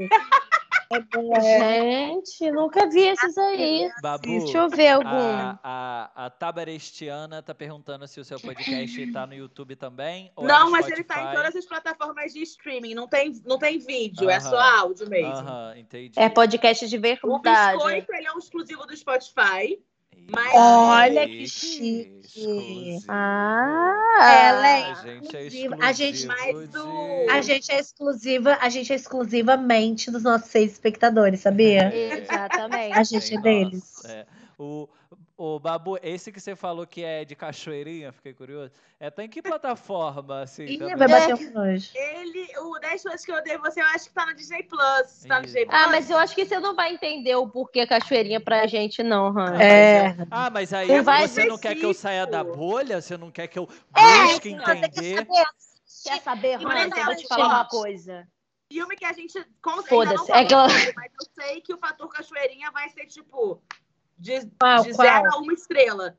É bom, é. Gente, nunca vi esses aí. Babu, Deixa eu ver algum. a, a, a Tabarestiana tá perguntando se o seu podcast tá no YouTube também. Ou é Não, no mas ele tá em Spotify. todas as plataformas de streaming. Não tem, não tem vídeo, é Aham. só áudio mesmo. Aham, entendi. É podcast de O verdade. Biscoito, ele é um exclusivo do Spotify. mas- Olha que Chique, chique. exclusivo. Ah, Ela é A gente é exclusiva. exclusivo A gente- Mas de- o- A gente é exclusiva, a gente é exclusivamente dos nossos seis espectadores, sabia? exatamente. A gente é Bem deles. nosso, é. O, o Babu, esse que você falou que é de cachoeirinha, fiquei curioso. É, tá em que plataforma, assim? Ih, também? vai bater um nojo. Ele, o dez coisas que eu odeio você, eu acho que tá no Disney Plus. Tá no Isso. Disney Plus. Ah, mas eu acho que você não vai entender o porquê cachoeirinha pra gente, não, Han. É. Ah, mas aí Não vai você não quer que eu saia da específico. bolha? Você não quer que eu É, busque você quer entender? saber? Quer saber, E Han? olha, Então eu vou te gente, falar uma coisa. Filme que a gente com certeza Foda-se, não é que ela- falou, mas eu sei que o fator cachoeirinha vai ser tipo de, Qual, de qual? zero a uma estrela.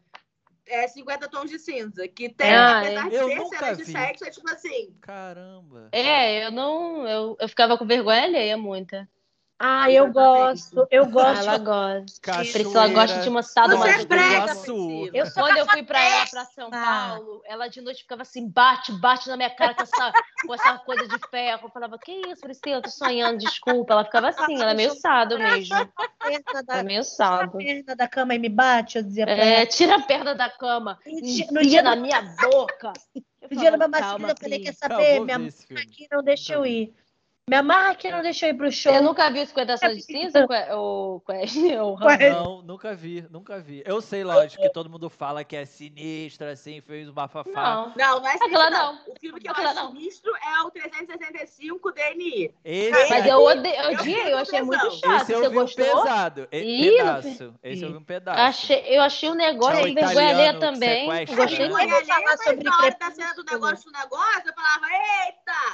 É cinquenta tons de cinza. Que tem, Ah, apesar de eu ter nunca cenas de vi. sexo, é tipo assim. Caramba. É, eu não. Eu, eu ficava com vergonha alheia muita. Ah, eu gosto, eu gosto. Ela gosta. Cachoeira. Priscila gosta de uma Você sado é mais brega, Iguaçu. Eu sou Quando eu fui pra ela, pra São cafajeste. Paulo, ela de noite ficava assim, bate, bate na minha cara com essa, com essa coisa de ferro. Eu falava, que isso, Priscila, eu tô sonhando, desculpa. Ela ficava assim, ela é meio sado mesmo. perna da, É meio tira a sado. perna da cama e me bate, eu dizia pra É, ela. tira a perna da cama, No dia- enfia no dia na do- minha boca. Eu No dia da falava, minha calma, eu falei, Pri. quer Cara, saber? vou Minha ver mãe esse filme. aqui não deixa eu Nunca ir. Minha mãe aqui não deixa eu ir pro show. Eu nunca vi cinquenta Tons de Cinza, que- o Quest, o Ram. Ué. Não, nunca vi, nunca vi. Eu sei, lógico, que todo mundo fala que é sinistra, assim, fez um bafafá. Não. Não, não é Aquela sinistro, não. O filme que eu Aquela acho não. sinistro é o trezentos e sessenta e cinco D N I. Esse, Mas aí- eu odeio, eu Eu odiei, fiquei eu com achei muito tesão. chato. esse eu Você vi um gostou? pesado. E- Ih, pedaço. Esse eu vi um pedaço. Achei, eu achei um negócio Tinha um aí, vergonha alheia italiano que também. sequestra, Gostei né? muito. Vamos falar Mas sobre na hora da Crepúsculo. cena do negócio do negócio, eu falava, eita!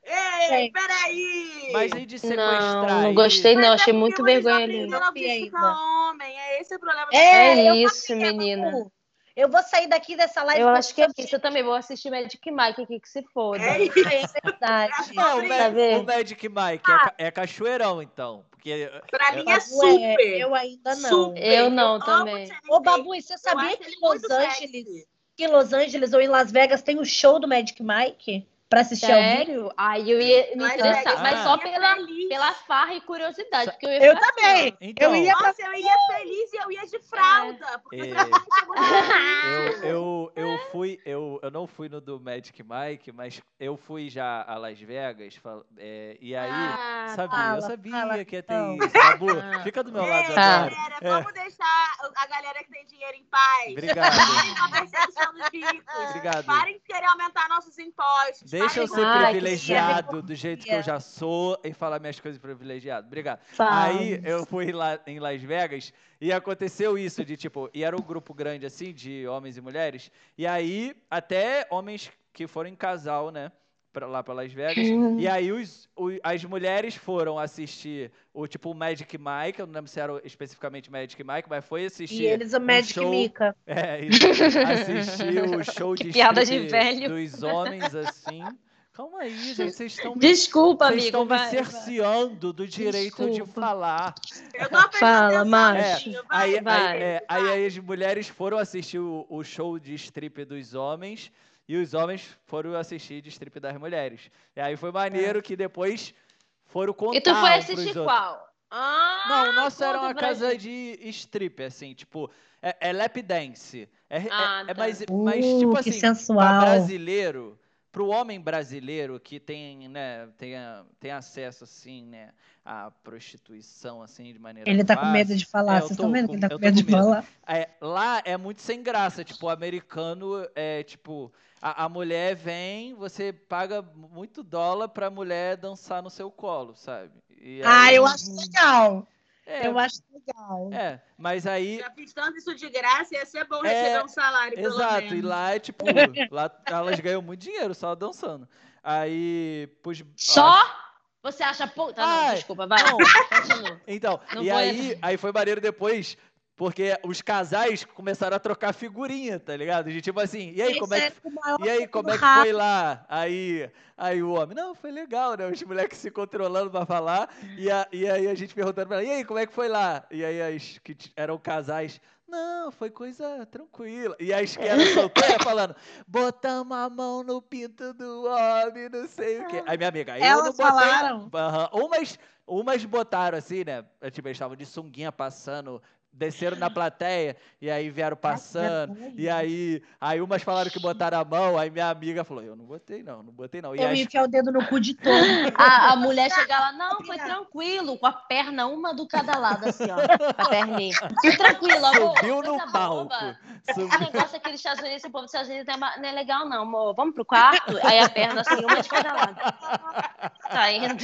Ei, peraí! Mas aí de sequestrar Não, não ele- gostei Mas não, é achei porque muito o vergonha Isabel ali. Não não vi fica ainda. homem, é esse o problema. do- É, É eu isso, também, menina. Babu. Eu vou sair daqui dessa live Eu acho que é pensando, isso. Eu também vou assistir Magic Mike aqui, que se foda. É isso. "Ah, é verdade. Não, o, Sobre Ma- Tá vendo? o Magic Mike é, ca- é cachoeirão, então. Porque Pra eu- mim é Babu, super. é, eu ainda não. Super. Eu não amo também. Channing Ô, Tatum. Babu, e você Eu sabia acho que ele em Los muito Angeles, sexy. que em Los Angeles ou em Las Vegas tem um show do Magic Mike pra assistir ao vivo? Sério? Aí eu ia me Las interessar. Vegas, Mas Ah. só eu ia pela, feliz. pela farra e curiosidade. Porque eu ia Eu ficar assim, também. ó. Então, Eu ia pra... Nossa, eu iria feliz e eu ia de fralda. Porque É. realmente é muito eu, eu, eu fui, eu, eu não fui no do Magic Mike, mas eu fui já a Las Vegas, fal- é, e aí, Ah, sabia, fala, eu sabia fala, que ia ter então. isso. Babu, Ah. fica do meu Ei, lado Tá. agora. galera, É. vamos deixar a galera que tem dinheiro em paz. Obrigado. Parem com a percepção dos ricos. Obrigado. Parem de querer aumentar nossos impostos. Deixa eu Parem ser de- Ai, que privilegiado chique. do jeito que eu já sou e falar minhas coisas privilegiado. Obrigado. Fala. Aí eu fui lá em Las Vegas e aconteceu isso de tipo, e era um grupo grande assim de homens e mulheres, e aí até homens que foram em casal, né, pra, lá para Las Vegas, e aí os, o- as mulheres foram assistir o tipo o Magic Mike, eu não lembro se era especificamente Magic Mike, mas foi assistir E eles, o um Magic show, Mika. é, isso, assistir o show de Que piada de strip velho. dos homens assim. Calma aí, gente, vocês estão me Desculpa, vocês amigo. estão me vai, vai. cerceando do direito de Desculpa. falar. Eu tô prestando Fala, atenção, macho. Dinho, Aí, vai, aí, vai. é, aí, aí as mulheres foram assistir o, o show de strip dos homens e os homens foram assistir de strip das mulheres. E aí foi maneiro que depois foram contar E tu foi um assistir pros outros. qual? Ah, Não, o nosso era conta uma pra casa gente. de strip, assim, tipo, é, é lap dance. É, é- Ah, é tá. mais, Uh, mais tipo que assim, pra sensual. brasileiro, pro homem brasileiro que tem, né, tem, a- tem acesso, assim, né, à prostituição, assim, de maneira Ele tá com fácil. medo de falar. É, eu Vocês tô estão vendo com- que ele tá eu com tô medo de com medo. falar? É, lá é muito sem graça, tipo, o americano é, tipo, a, a mulher vem, você paga muito dólar pra mulher dançar no seu colo, sabe? E Ah, aí- eu acho legal. é, Eu acho legal. é, mas aí Já fiz tanto isso de graça, ia ser bom É, receber um salário, pelo exato, menos. e lá é tipo, lá elas ganham muito dinheiro só dançando. Aí, pus, Só? Você acha pouco? Tá, não, Ai, desculpa, vai. não. Continua. Então, Não e vou aí, entrar. aí foi maneiro depois, porque os casais começaram a trocar figurinha, tá ligado? De tipo assim, e aí, como é que, e aí, como é que foi lá? Aí, aí o homem, não, foi legal, né? Os moleques se controlando pra falar, e, a- e aí a gente perguntando pra ela, e aí, como é que foi lá? E aí as que t- eram casais, não, foi coisa tranquila. E as que eram solteiras falando, botamos a mão no pinto do homem, não sei o quê. Aí minha amiga, eu não Elas botei... falaram. Aham. Umas, umas botaram assim, né? Tipo, eles estavam de sunguinha passando, desceram na plateia, e aí vieram passando, e aí, aí umas falaram que botaram a mão, aí minha amiga falou, eu não botei não, não botei não. E Eu as- ia enfiar o dedo no cu de todo. A, a mulher chega lá, não, foi tranquilo, com a perna uma do cada lado, assim, ó, com a perninha. Foi tranquilo, amor. subiu no coisa palco. boba. O Subiu. negócio aqui dos Estados Unidos, esse povo dos Estados Unidos não é, não é legal, não, amor. Vamos pro quarto? Aí a perna, assim, uma de cada lado. Tá indo.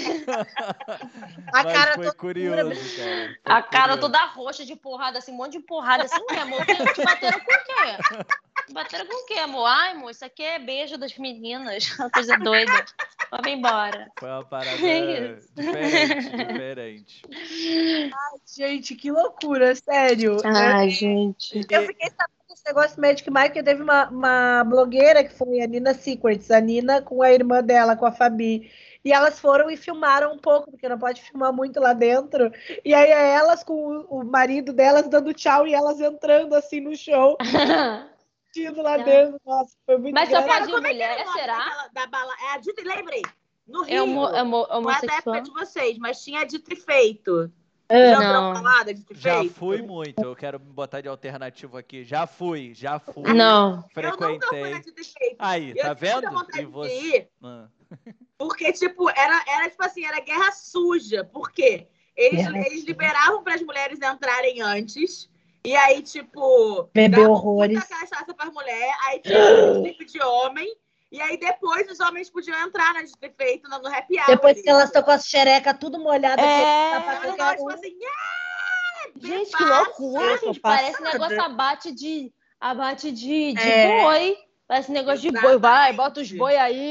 A Mas cara foi toda curioso, dura. cara. Foi A cara curioso. toda roxa de porrada, assim, um monte de porrada, assim, ué, amor, que- te bateram com o quê? Bateram com o quê, amor? Ai, amor, isso aqui é beijo das meninas, uma coisa doida. Vamos embora. Foi uma parada É isso. diferente, diferente. Gente, que loucura, sério. Ai, gente. Eu fiquei sabendo desse negócio do Magic Mike, que teve uma, uma blogueira que foi a Nina Secrets, a Nina com a irmã dela, com a Fabi. E elas foram e filmaram um pouco, porque não pode filmar muito lá dentro. E aí é elas com o, o marido delas dando tchau e elas entrando assim no show, indo lá dentro. Nossa, foi muito Mas só engraçado. pode Como é que era mulher, o nome será? daquela- Da bala... É a Dito, lembrei. No Rio. É, homo, é homo, Não é da homossexual? época de vocês, mas tinha Dito e Feito. É, Já não. ouviram falar da Dito e Já Feito? fui muito, eu quero me botar de alternativo aqui. Já fui, já fui. Não. Eu nunca fui na Frequentei. Dito e Feito. Aí, Eu tá tinha muita vendo? vontade E de você. ir, Ah. porque, tipo, era, era tipo assim, era guerra suja. Por quê? Eles, Guerra eles suja. liberavam para as mulheres entrarem antes. E aí, tipo, Bebeu davam horrores. muita cachaça para as mulheres. Aí tinha um tipo de homem. E aí depois os homens podiam entrar na Dito e Feito no, no happy hour. Depois que elas estão com as xerecas tudo molhadas. É. que tá pra Elas qualquer tipo um. assim, Gente, que bebaça. loucura, Eu tô gente. Parece passada. negócio abate de, abate de, de É. boi. Parece negócio de boi. Exatamente. Vai, bota os boi aí.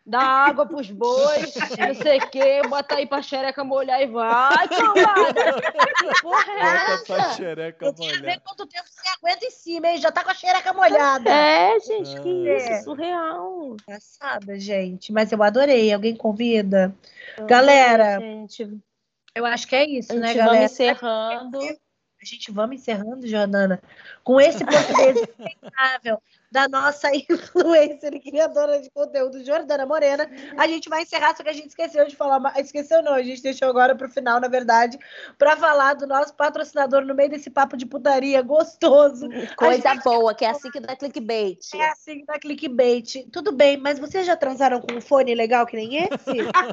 dá água pros bois, não sei o quê, bota aí pra xereca molhar e vai, cambada. Que porra é Bota pra essa? xereca Eu quero ver molhar. quanto tempo você aguenta em cima, hein? Já tá com a xereca molhada. É, gente, que Ah. isso, surreal. Engraçada, gente. Mas eu adorei. Alguém convida? Galera, Gente, eu acho que é isso, a né, gente galera? vamos encerrando. A gente vamos encerrando, Jordana, com esse português impecável da nossa influencer e criadora de conteúdo, Jordana Morena. A gente vai encerrar, só que a gente esqueceu de falar. ma- Esqueceu não, a gente deixou agora pro final, na verdade, para falar do nosso patrocinador no meio desse papo de putaria gostoso. Coisa A gente- boa, que é assim que dá clickbait. É assim, da clickbait. Tudo bem, mas vocês já transaram com um fone legal que nem esse?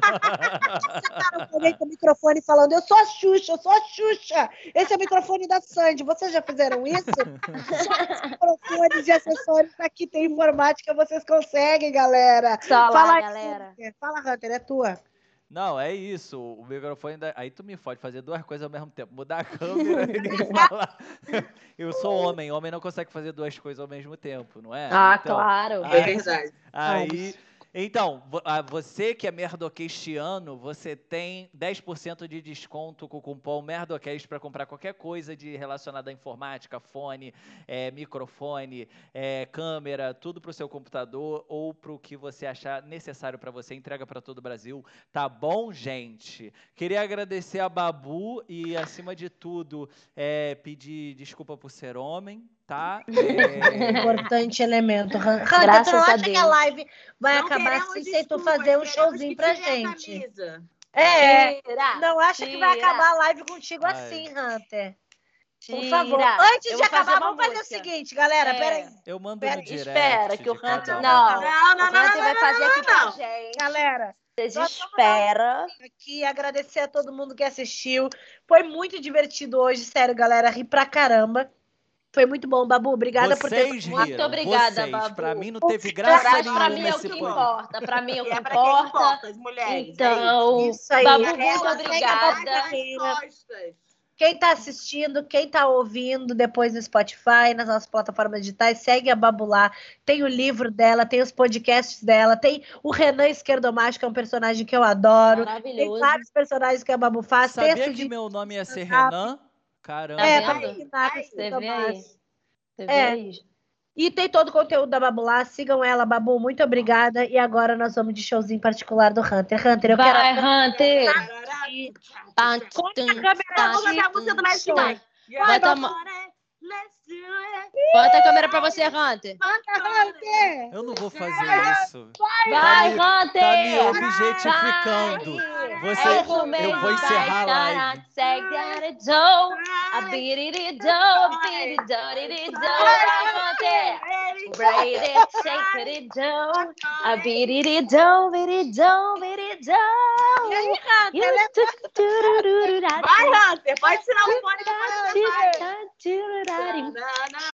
Sentaram com alguém com o microfone falando, eu sou a Xuxa, eu sou a Xuxa. Esse é o microfone da Sandy. Vocês já fizeram isso? Só os microfones e acessórios aqui tem informática, vocês conseguem, galera. Só Fala lá, aí, galera. Hunter. Fala, Hunter, é tua. Não, é isso. O microfone. Da... Aí tu me fode fazer duas coisas ao mesmo tempo. Mudar a câmera e nem falar. Eu sou homem. Homem não consegue fazer duas coisas ao mesmo tempo, não é? Ah, Então, claro. aí- É verdade. Aí. Então, vo- a- você que é merdoquestiano, você tem dez por cento de desconto com o cupom Merdocast para comprar qualquer coisa de relacionada à informática, fone, é, microfone, é, câmera, tudo para o seu computador ou para o que você achar necessário para você. Entrega para todo o Brasil. Tá bom, gente? Queria agradecer a Babu e, acima de tudo, é, pedir desculpa por ser homem, tá? É, Importante elemento. Hunter, Graças tu não a acha que a Deus. live vai Não acabar queremos assim sem tu desculpas, fazer um queremos showzinho que pra tire a gente? camisa. É, Tira, não acha que vai tira. acabar a live contigo Ai. assim, Hunter. Por tira. favor. Antes Eu de vou fazer acabar, uma vamos fazer o música. seguinte, galera. É. Peraí. eu mando Pera- no direct. Espera que o de cada Hunter... um. Não, Não, não, o não, não, Hunter vai não, fazer não, aqui não, pra não. gente. Galera, Vocês nós vamos esperam. aqui agradecer a todo mundo que assistiu. Foi muito divertido hoje, sério, galera. Ri pra caramba. Foi muito bom, Babu. Obrigada por ter. Vocês riram, Muito obrigada, vocês. Babu. Pra mim não teve graça Mas pra nenhuma mim é o esse que podcast. importa. Pra mim é o E que é pra quem importa. importa, as mulheres. Então, Isso aí. Babu, Ela muito segue obrigada. a As costas. Quem tá assistindo, quem tá ouvindo depois no Spotify, nas nossas plataformas digitais, segue a Babu lá. Tem o livro dela, tem os podcasts dela, tem o Renan Esquerdomacho, que é um personagem que eu adoro. Tem Maravilhoso. vários personagens que a Babu faz. Sabia texto que de... meu nome ia ser stand-up. Renan? Caramba. É, Tá pra vendo? ensinar Ai, esse Você vê Esquerdomacho. aí. Você vê É. aí. E tem todo o conteúdo da Babu lá. Sigam ela, Babu. Muito obrigada. E agora nós vamos de showzinho particular do Hunter. Hunter, eu Vai, quero... Hunter. Conta a câmera. Vamos fazer a música do Magic Mike. Bota a mão. Bota a câmera pra você, Hunter. Hunter! Eu não vou fazer isso. Vai, me- Tá me Hunter. objetificando. Vai. Você, É isso mesmo, eu vou encerrar a vai, live. segue a do, a biriridô, a biridô, diridô, vai, Hunter. Braid it, shake it, do, a biriridô, biridô, biridô. E aí, Hunter? You Vai, Hunter. Pode tirar o fone pra fazer. do, Não, não.